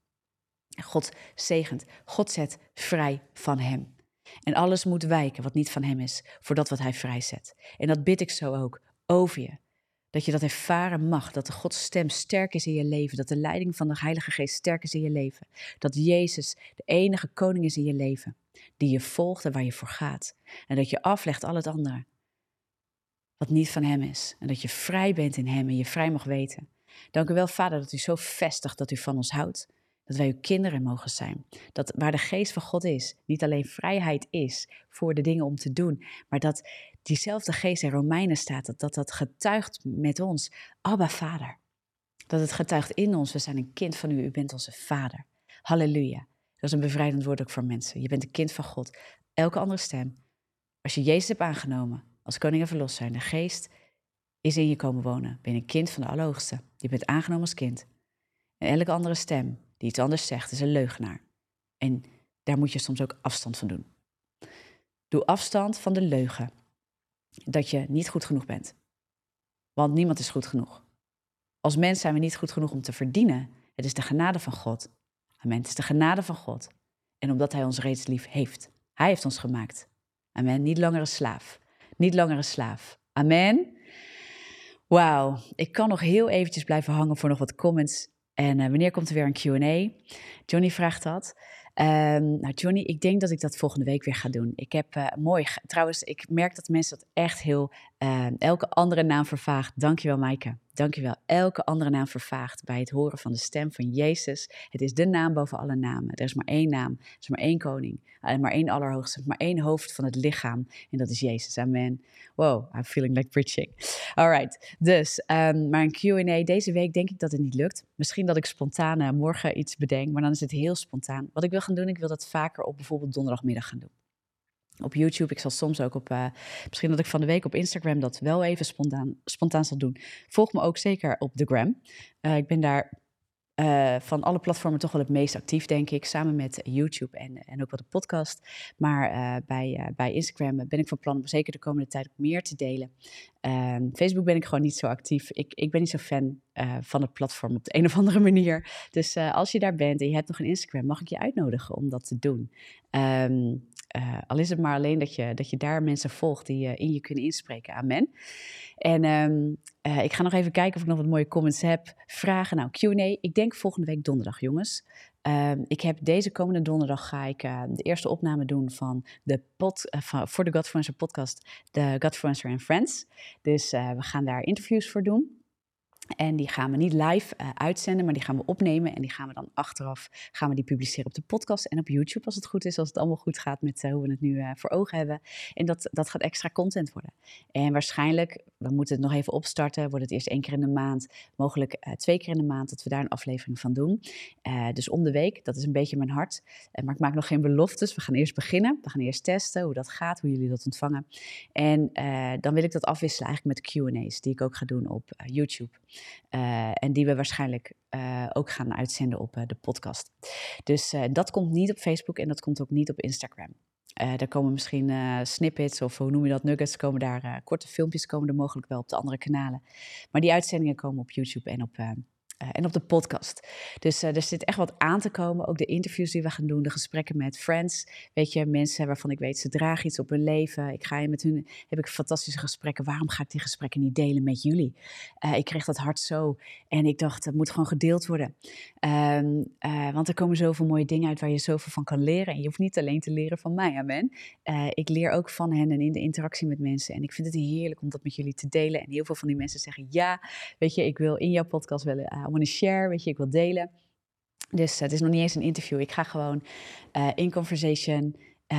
Speaker 1: God zegent. God zet vrij van hem. En alles moet wijken wat niet van hem is. Voor dat wat hij vrijzet. En dat bid ik zo ook. Over je. Dat je dat ervaren mag. Dat de Gods stem sterk is in je leven. Dat de leiding van de Heilige Geest sterk is in je leven. Dat Jezus de enige koning is in je leven. Die je volgt en waar je voor gaat. En dat je aflegt al het andere. Wat niet van hem is. En dat je vrij bent in hem en je vrij mag weten. Dank u wel, Vader, dat u zo vestigt dat u van ons houdt. Dat wij uw kinderen mogen zijn. Dat waar de geest van God is, niet alleen vrijheid is voor de dingen om te doen. Maar dat diezelfde geest in Romeinen staat, dat getuigt met ons. Abba, Vader. Dat het getuigt in ons, we zijn een kind van u, u bent onze Vader. Halleluja. Dat is een bevrijdend woord ook voor mensen. Je bent een kind van God. Elke andere stem. Als je Jezus hebt aangenomen als koning en verlosser, de geest is in je komen wonen. Ben je een kind van de Allerhoogste. Je bent aangenomen als kind. En elke andere stem die iets anders zegt, is een leugenaar. En daar moet je soms ook afstand van doen. Doe afstand van de leugen. Dat je niet goed genoeg bent. Want niemand is goed genoeg. Als mens zijn we niet goed genoeg om te verdienen. Het is de genade van God. Amen. Het is de genade van God. En omdat hij ons reeds lief heeft. Hij heeft ons gemaakt. Amen. Niet langer een slaaf. Niet langer een slaaf. Amen. Wauw. Ik kan nog heel eventjes blijven hangen voor nog wat comments. En wanneer komt er weer een Q&A? Johnny vraagt dat. Nou Johnny, ik denk dat ik dat volgende week weer ga doen. Ik heb trouwens, ik merk dat mensen dat echt heel Elke andere naam vervaagt. Dankjewel, Maaike. Dankjewel. Elke andere naam vervaagt bij het horen van de stem van Jezus. Het is de naam boven alle namen. Er is maar één naam. Er is maar één koning. Maar één allerhoogste. Maar één hoofd van het lichaam. En dat is Jezus. Amen. Wow, I'm feeling like preaching. Alright. Dus, maar een Q&A deze week denk ik dat het niet lukt. Misschien dat ik spontaan morgen iets bedenk. Maar dan is het heel spontaan. Wat ik wil gaan doen, ik wil dat vaker op bijvoorbeeld donderdagmiddag gaan doen. Op YouTube, ik zal soms ook op, misschien dat ik van de week op Instagram dat wel even spontaan zal doen. Volg me ook zeker op de Gram. Ik ben daar van alle platformen toch wel het meest actief, denk ik. Samen met YouTube en ook wat de podcast. Maar bij Instagram ben ik van plan om zeker de komende tijd ook meer te delen. Facebook ben ik gewoon niet zo actief. Ik ben niet zo fan van het platform op de een of andere manier. Dus als je daar bent en je hebt nog een Instagram, mag ik je uitnodigen om dat te doen. Al is het maar alleen dat je daar mensen volgt die in je kunnen inspreken. Amen. En ik ga nog even kijken of ik nog wat mooie comments heb. Vragen, nou Q&A. Ik denk volgende week donderdag, jongens. Ik heb deze komende donderdag ga ik de eerste opname doen van de voor de Godfluencer podcast, de Godfluencer and Friends. Dus we gaan daar interviews voor doen. En die gaan we niet live uitzenden, maar die gaan we opnemen. En die gaan we dan achteraf die publiceren op de podcast en op YouTube als het goed is. Als het allemaal goed gaat met hoe we het nu voor ogen hebben. En dat gaat extra content worden. En waarschijnlijk, we moeten het nog even opstarten. Wordt het eerst 1 keer in de maand, mogelijk 2 keer in de maand. Dat we daar een aflevering van doen. Dus om de week, dat is een beetje mijn hart. Maar ik maak nog geen beloftes. We gaan eerst beginnen. We gaan eerst testen hoe dat gaat, hoe jullie dat ontvangen. En dan wil ik dat afwisselen eigenlijk met Q&A's die ik ook ga doen op YouTube. En die we waarschijnlijk ook gaan uitzenden op de podcast. Dus dat komt niet op Facebook en dat komt ook niet op Instagram. Daar komen misschien snippets of hoe noem je dat, nuggets, komen daar, korte filmpjes komen er mogelijk wel op de andere kanalen. Maar die uitzendingen komen op YouTube en op de podcast. Dus er zit echt wat aan te komen. Ook de interviews die we gaan doen, de gesprekken met friends. Weet je, mensen waarvan ik weet, ze dragen iets op hun leven. Met hun heb ik fantastische gesprekken. Waarom ga ik die gesprekken niet delen met jullie? Ik kreeg dat hart zo. En ik dacht, het moet gewoon gedeeld worden. Want er komen zoveel mooie dingen uit waar je zoveel van kan leren. En je hoeft niet alleen te leren van mij, amen. Ik leer ook van hen en in de interactie met mensen. En ik vind het heerlijk om dat met jullie te delen. En heel veel van die mensen zeggen, ja, weet je, ik wil in jouw podcast willen, I want to share, weet je, ik wil delen. Dus het is nog niet eens een interview. Ik ga gewoon in conversation,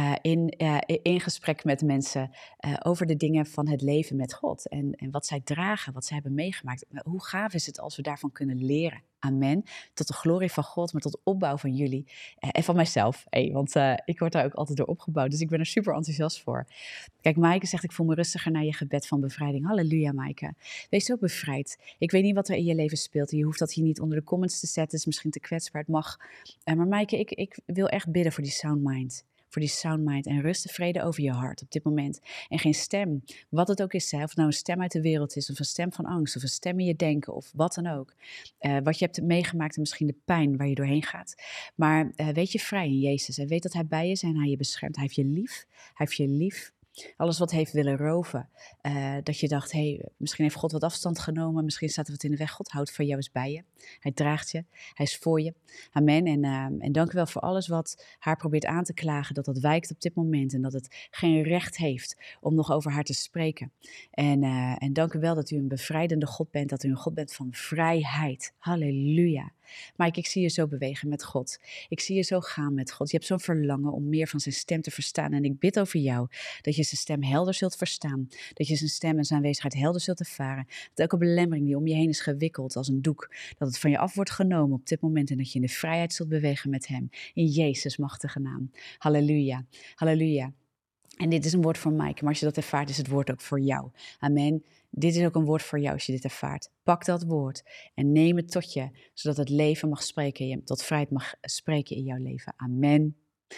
Speaker 1: in gesprek met mensen over de dingen van het leven met God. En wat zij dragen, wat zij hebben meegemaakt. Hoe gaaf is het als we daarvan kunnen leren? Amen. Tot de glorie van God, maar tot opbouw van jullie en van mijzelf. Want ik word daar ook altijd door opgebouwd. Dus ik ben er super enthousiast voor. Kijk, Maaike zegt, ik voel me rustiger na je gebed van bevrijding. Halleluja, Maaike. Wees zo bevrijd. Ik weet niet wat er in je leven speelt. Je hoeft dat hier niet onder de comments te zetten. Het is misschien te kwetsbaar, het mag. Maar Maaike, ik wil echt bidden voor die sound mind. Voor die sound mind en rust en vrede over je hart op dit moment. En geen stem, wat het ook is, of het nou een stem uit de wereld is, of een stem van angst, of een stem in je denken, of wat dan ook. Wat je hebt meegemaakt en misschien de pijn waar je doorheen gaat. Maar weet je vrij in Jezus en weet dat Hij bij je is en Hij je beschermt. Hij heeft je lief, Hij heeft je lief. Alles wat heeft willen roven. Dat je dacht, misschien heeft God wat afstand genomen. Misschien staat er wat in de weg. God houdt van jou eens bij je. Hij draagt je. Hij is voor je. Amen. En dank u wel voor alles wat haar probeert aan te klagen. Dat wijkt op dit moment. En dat het geen recht heeft om nog over haar te spreken. En dank u wel dat u een bevrijdende God bent. Dat u een God bent van vrijheid. Halleluja. Mike, ik zie je zo bewegen met God. Ik zie je zo gaan met God. Je hebt zo'n verlangen om meer van zijn stem te verstaan. En ik bid over jou dat je zijn stem helder zult verstaan. Dat je zijn stem en zijn aanwezigheid helder zult ervaren. Dat elke belemmering die om je heen is gewikkeld als een doek, dat het van je af wordt genomen op dit moment. En dat je in de vrijheid zult bewegen met hem. In Jezus' machtige naam. Halleluja. Halleluja. En dit is een woord voor Mike, maar als je dat ervaart, is het woord ook voor jou. Amen. Dit is ook een woord voor jou als je dit ervaart. Pak dat woord en neem het tot je, zodat het leven mag spreken, je tot vrijheid mag spreken in jouw leven. Amen.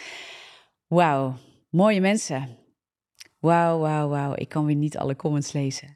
Speaker 1: Wauw, mooie mensen. Wauw. Ik kan weer niet alle comments lezen.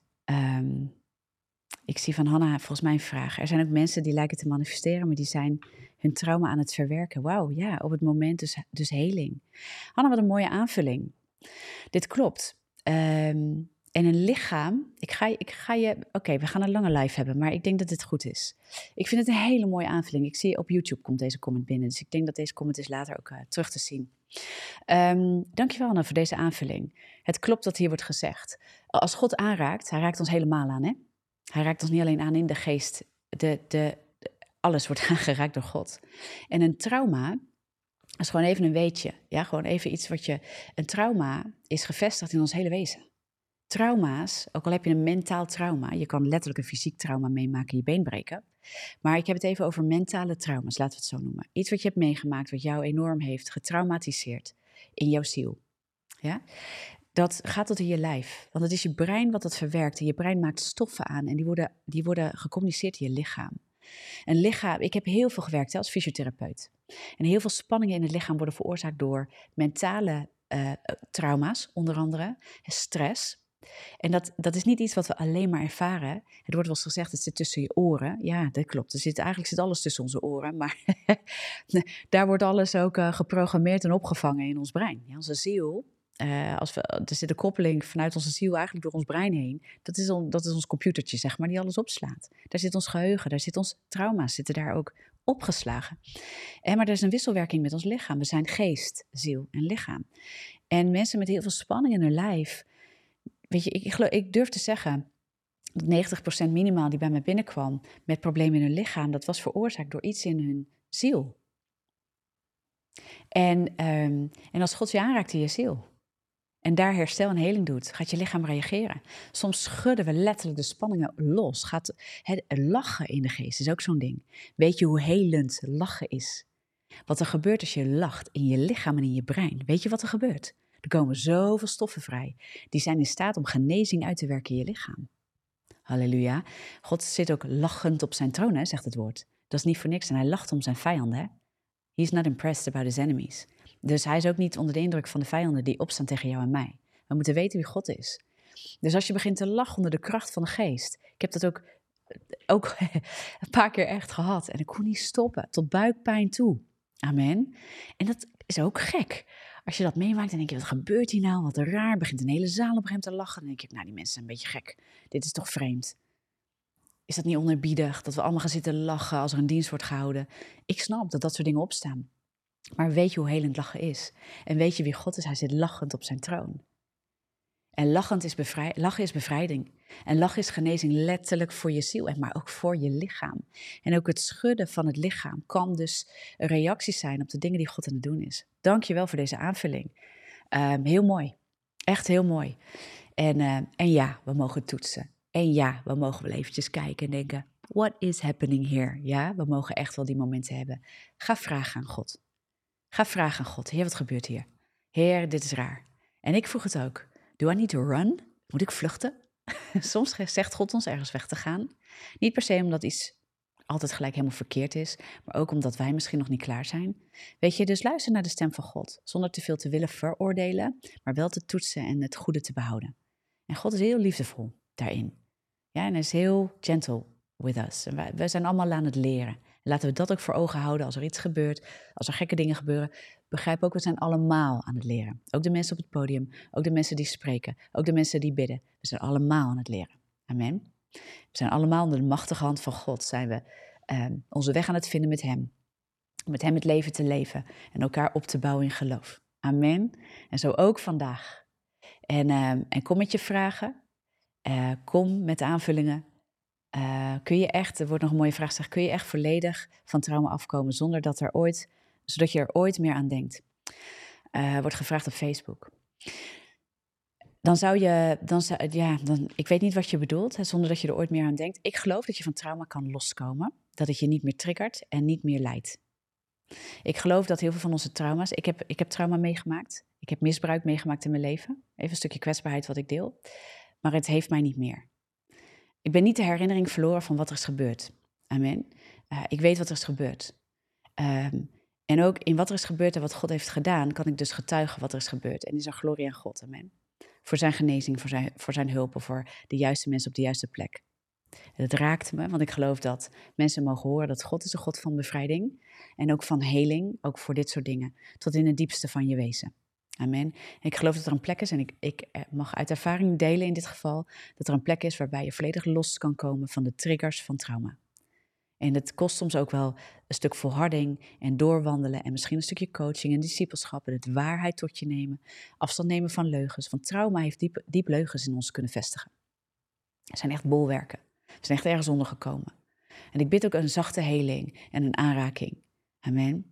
Speaker 1: Ik zie van Hanna volgens mij een vraag. Er zijn ook mensen die lijken te manifesteren, maar die zijn hun trauma aan het verwerken. Wauw, ja, op het moment dus heling. Hanna, wat een mooie aanvulling. Dit klopt. En een lichaam, Oké, we gaan een lange live hebben, maar ik denk dat dit goed is. Ik vind het een hele mooie aanvulling. Ik zie op YouTube komt deze comment binnen, dus ik denk dat deze comment is later ook terug te zien. Dankjewel Anna voor deze aanvulling. Het klopt dat hier wordt gezegd. Als God aanraakt, hij raakt ons helemaal aan. Hè? Hij raakt ons niet alleen aan in de geest. Alles wordt aangeraakt door God. En een trauma is gewoon even een weetje. Ja, gewoon even iets wat je... Een trauma is gevestigd in ons hele wezen. Trauma's, ook al heb je een mentaal trauma, je kan letterlijk een fysiek trauma meemaken, je been breken. Maar ik heb het even over mentale trauma's, laten we het zo noemen. Iets wat je hebt meegemaakt, wat jou enorm heeft getraumatiseerd in jouw ziel. Ja? Dat gaat tot in je lijf, want het is je brein wat dat verwerkt. En je brein maakt stoffen aan en die worden gecommuniceerd in je lichaam. Een lichaam, ik heb heel veel gewerkt als fysiotherapeut. En heel veel spanningen in het lichaam worden veroorzaakt door mentale trauma's, onder andere stress. En dat is niet iets wat we alleen maar ervaren. Het wordt wel eens gezegd, het zit tussen je oren. Ja, dat klopt. Eigenlijk zit alles tussen onze oren. Maar daar wordt alles ook geprogrammeerd en opgevangen in ons brein. Ja, onze ziel, er zit een koppeling vanuit onze ziel eigenlijk door ons brein heen. Dat is ons computertje, zeg maar, die alles opslaat. Daar zit ons geheugen, daar zit ons trauma's, zitten daar ook opgeslagen. Maar er is een wisselwerking met ons lichaam. We zijn geest, ziel en lichaam. En mensen met heel veel spanning in hun lijf... Weet je, ik durf te zeggen dat 90% minimaal die bij mij binnenkwam met problemen in hun lichaam, dat was veroorzaakt door iets in hun ziel. En als God je aanraakt in je ziel en daar herstel en heling doet, gaat je lichaam reageren. Soms schudden we letterlijk de spanningen los. Het lachen in de geest is ook zo'n ding. Weet je hoe helend lachen is? Wat er gebeurt als je lacht in je lichaam en in je brein. Weet je wat er gebeurt? Er komen zoveel stoffen vrij. Die zijn in staat om genezing uit te werken in je lichaam. Halleluja. God zit ook lachend op zijn troon, hè, zegt het woord. Dat is niet voor niks en hij lacht om zijn vijanden. Hè? He's not impressed about his enemies. Dus hij is ook niet onder de indruk van de vijanden die opstaan tegen jou en mij. We moeten weten wie God is. Dus als je begint te lachen onder de kracht van de geest. Ik heb dat ook een paar keer echt gehad. En ik kon niet stoppen, tot buikpijn toe. Amen. En dat is ook gek. Als je dat meemaakt, dan denk je, wat gebeurt hier nou? Wat raar. Begint een hele zaal op hem te lachen. Dan denk ik, nou, die mensen zijn een beetje gek. Dit is toch vreemd? Is dat niet oneerbiedig? Dat we allemaal gaan zitten lachen als er een dienst wordt gehouden? Ik snap dat soort dingen opstaan. Maar weet je hoe helend lachen is? En weet je wie God is? Hij zit lachend op zijn troon. En lachen is bevrijding. En lachen is genezing letterlijk voor je ziel, maar ook voor je lichaam. En ook het schudden van het lichaam kan dus een reactie zijn op de dingen die God aan het doen is. Dank je wel voor deze aanvulling. Heel mooi. Echt heel mooi. En ja, we mogen toetsen. En ja, we mogen wel eventjes kijken en denken, what is happening here? Ja, we mogen echt wel die momenten hebben. Ga vragen aan God. Ga vragen aan God. Heer, wat gebeurt hier? Heer, dit is raar. En ik vroeg het ook. Do I need to run? Moet ik vluchten? Soms zegt God ons ergens weg te gaan. Niet per se omdat iets altijd gelijk helemaal verkeerd is, maar ook omdat wij misschien nog niet klaar zijn. Weet je, dus luister naar de stem van God, zonder te veel te willen veroordelen, maar wel te toetsen en het goede te behouden. En God is heel liefdevol daarin. Ja, en hij is heel gentle with us. En wij zijn allemaal aan het leren. Laten we dat ook voor ogen houden als er iets gebeurt, als er gekke dingen gebeuren. Begrijp ook, we zijn allemaal aan het leren. Ook de mensen op het podium, ook de mensen die spreken, ook de mensen die bidden. We zijn allemaal aan het leren. Amen. We zijn allemaal onder de machtige hand van God. Zijn we onze weg aan het vinden met hem. Met hem het leven te leven en elkaar op te bouwen in geloof. Amen. En zo ook vandaag. En kom met je vragen. Kom met aanvullingen. Kun je echt, er wordt nog een mooie vraag gezegd, kun je echt volledig van trauma afkomen zodat je er ooit meer aan denkt? Wordt gevraagd op Facebook. Ik weet niet wat je bedoelt, hè, zonder dat je er ooit meer aan denkt. Ik geloof dat je van trauma kan loskomen, dat het je niet meer triggert en niet meer leidt. Ik geloof dat heel veel van onze trauma's, ik heb trauma meegemaakt, ik heb misbruik meegemaakt in mijn leven. Even een stukje kwetsbaarheid wat ik deel, maar het heeft mij niet meer. Ik ben niet de herinnering verloren van wat er is gebeurd. Amen. Ik weet wat er is gebeurd. En ook in wat er is gebeurd en wat God heeft gedaan, kan ik dus getuigen wat er is gebeurd. En is er glorie aan God. Amen. Voor zijn genezing, voor zijn hulp, voor de juiste mensen op de juiste plek. En het raakt me, want ik geloof dat mensen mogen horen dat God is een God van bevrijding. En ook van heling, ook voor dit soort dingen. Tot in het diepste van je wezen. Amen. En ik geloof dat er een plek is, en ik mag uit ervaring delen in dit geval, dat er een plek is waarbij je volledig los kan komen van de triggers van trauma. En het kost soms ook wel een stuk volharding en doorwandelen en misschien een stukje coaching en discipelschap en het waarheid tot je nemen. Afstand nemen van leugens, want trauma heeft diep leugens in ons kunnen vestigen. Het zijn echt bolwerken. We zijn echt ergens onder gekomen. En ik bid ook een zachte heling en een aanraking. Amen.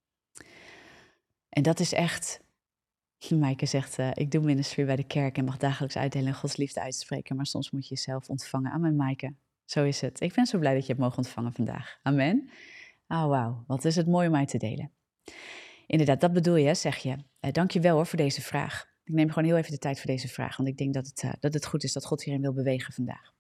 Speaker 1: En dat is echt... Maaike zegt, ik doe ministry bij de kerk en mag dagelijks uitdelen en Gods liefde uitspreken. Maar soms moet je jezelf ontvangen. Amen, Maaike. Zo is het. Ik ben zo blij dat je hebt mogen ontvangen vandaag. Amen. Oh, wauw. Wat is het mooi om mij te delen. Inderdaad, dat bedoel je, zeg je. Dank je wel hoor voor deze vraag. Ik neem gewoon heel even de tijd voor deze vraag. Want ik denk dat het goed is dat God hierin wil bewegen vandaag.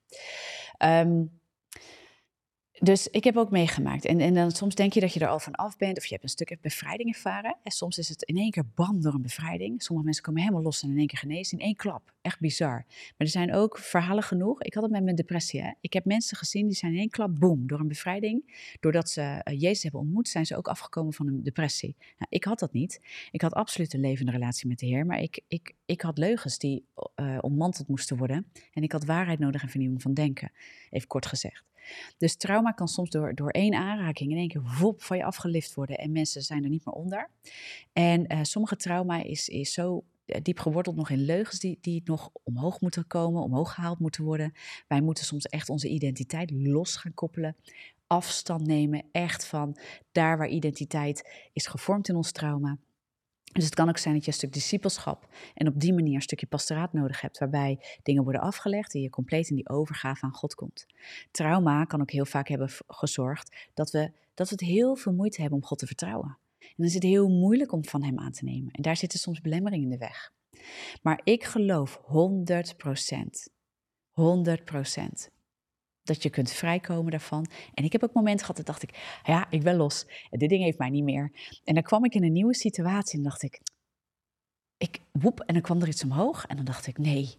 Speaker 1: Dus ik heb ook meegemaakt. En dan soms denk je dat je er al van af bent. Of je hebt een stuk bevrijding ervaren. En soms is het in één keer bam door een bevrijding. Sommige mensen komen helemaal los en in één keer genezen. In één klap. Echt bizar. Maar er zijn ook verhalen genoeg. Ik had het met mijn depressie. Hè. Ik heb mensen gezien die zijn in één klap boem door een bevrijding. Doordat ze Jezus hebben ontmoet zijn ze ook afgekomen van een depressie. Nou, ik had dat niet. Ik had absoluut een levende relatie met de Heer. Maar ik had leugens die ontmanteld moesten worden. En ik had waarheid nodig en vernieuwing van denken. Even kort gezegd. Dus trauma kan soms door één aanraking in één keer van je afgelift worden en mensen zijn er niet meer onder. En sommige trauma is zo diep geworteld nog in leugens die nog omhoog moeten komen, omhoog gehaald moeten worden. Wij moeten soms echt onze identiteit los gaan koppelen, afstand nemen echt van daar waar identiteit is gevormd in ons trauma. Dus het kan ook zijn dat je een stuk discipelschap en op die manier een stukje pastoraat nodig hebt, waarbij dingen worden afgelegd en je compleet in die overgave aan God komt. Trauma kan ook heel vaak hebben gezorgd dat we het heel veel moeite hebben om God te vertrouwen. En dan is het heel moeilijk om van hem aan te nemen. En daar zitten soms belemmeringen in de weg. Maar ik geloof 100%, dat je kunt vrijkomen daarvan. En ik heb ook momenten gehad dat dacht ik, ja, ik ben los. Dit ding heeft mij niet meer. En dan kwam ik in een nieuwe situatie en dacht ik en dan kwam er iets omhoog. En dan dacht ik, nee,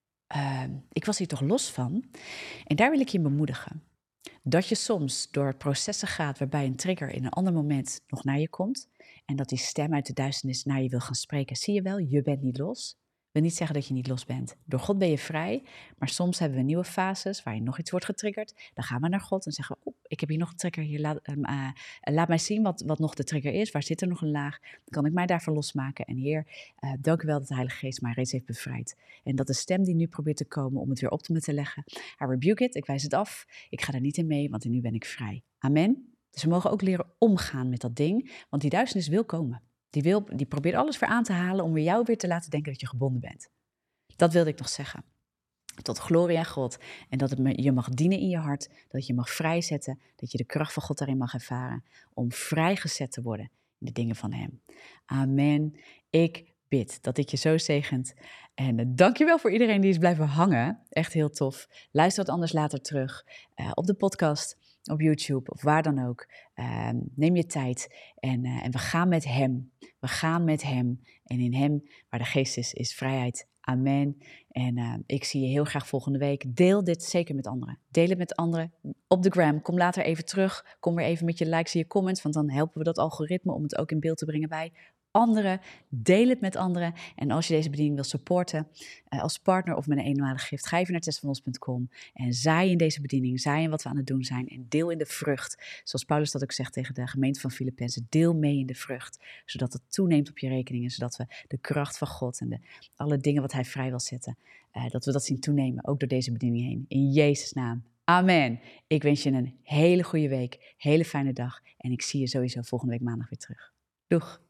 Speaker 1: ik was hier toch los van. En daar wil ik je bemoedigen. Dat je soms door processen gaat waarbij een trigger in een ander moment nog naar je komt. En dat die stem uit de duisternis naar je wil gaan spreken. Zie je wel, je bent niet los. Wil niet zeggen dat je niet los bent. Door God ben je vrij, maar soms hebben we nieuwe fases waar je nog iets wordt getriggerd. Dan gaan we naar God en zeggen we, ik heb hier nog een trigger, hier, laat mij zien wat nog de trigger is. Waar zit er nog een laag? Dan kan ik mij daarvan losmaken. En Heer, dank u wel dat de Heilige Geest mij reeds heeft bevrijd. En dat de stem die nu probeert te komen om het weer op te me te leggen, I rebuke it, ik wijs het af. Ik ga er niet in mee, want nu ben ik vrij. Amen. Dus we mogen ook leren omgaan met dat ding, want die duisternis wil komen. Die probeert alles weer aan te halen om jou weer te laten denken dat je gebonden bent. Dat wilde ik nog zeggen. Tot glorie aan God. En dat je mag dienen in je hart. Dat je mag vrijzetten. Dat je de kracht van God daarin mag ervaren. Om vrijgezet te worden in de dingen van hem. Amen. Ik bid dat dit je zo zegent. En dankjewel voor iedereen die is blijven hangen. Echt heel tof. Luister het anders later terug. Op de podcast, op YouTube of waar dan ook. Neem je tijd en we gaan met hem. We gaan met hem. En in hem, waar de geest is vrijheid. Amen. En ik zie je heel graag volgende week. Deel dit zeker met anderen. Deel het met anderen op de gram. Kom later even terug. Kom weer even met je likes en je comments. Want dan helpen we dat algoritme om het ook in beeld te brengen bij anderen. Deel het met anderen. En als je deze bediening wil supporten als partner of met een eenmalige gift, ga even naar testvanos.com en zaai in deze bediening. Zaai in wat we aan het doen zijn. En deel in de vrucht. Zoals Paulus dat ook zegt tegen de gemeente van Filippenzen. Deel mee in de vrucht. Zodat het toeneemt op je rekening. En zodat we de kracht van God en alle dingen wat hij vrij wil zetten, dat we dat zien toenemen. Ook door deze bediening heen. In Jezus' naam. Amen. Ik wens je een hele goede week. Hele fijne dag. En ik zie je sowieso volgende week maandag weer terug. Doeg.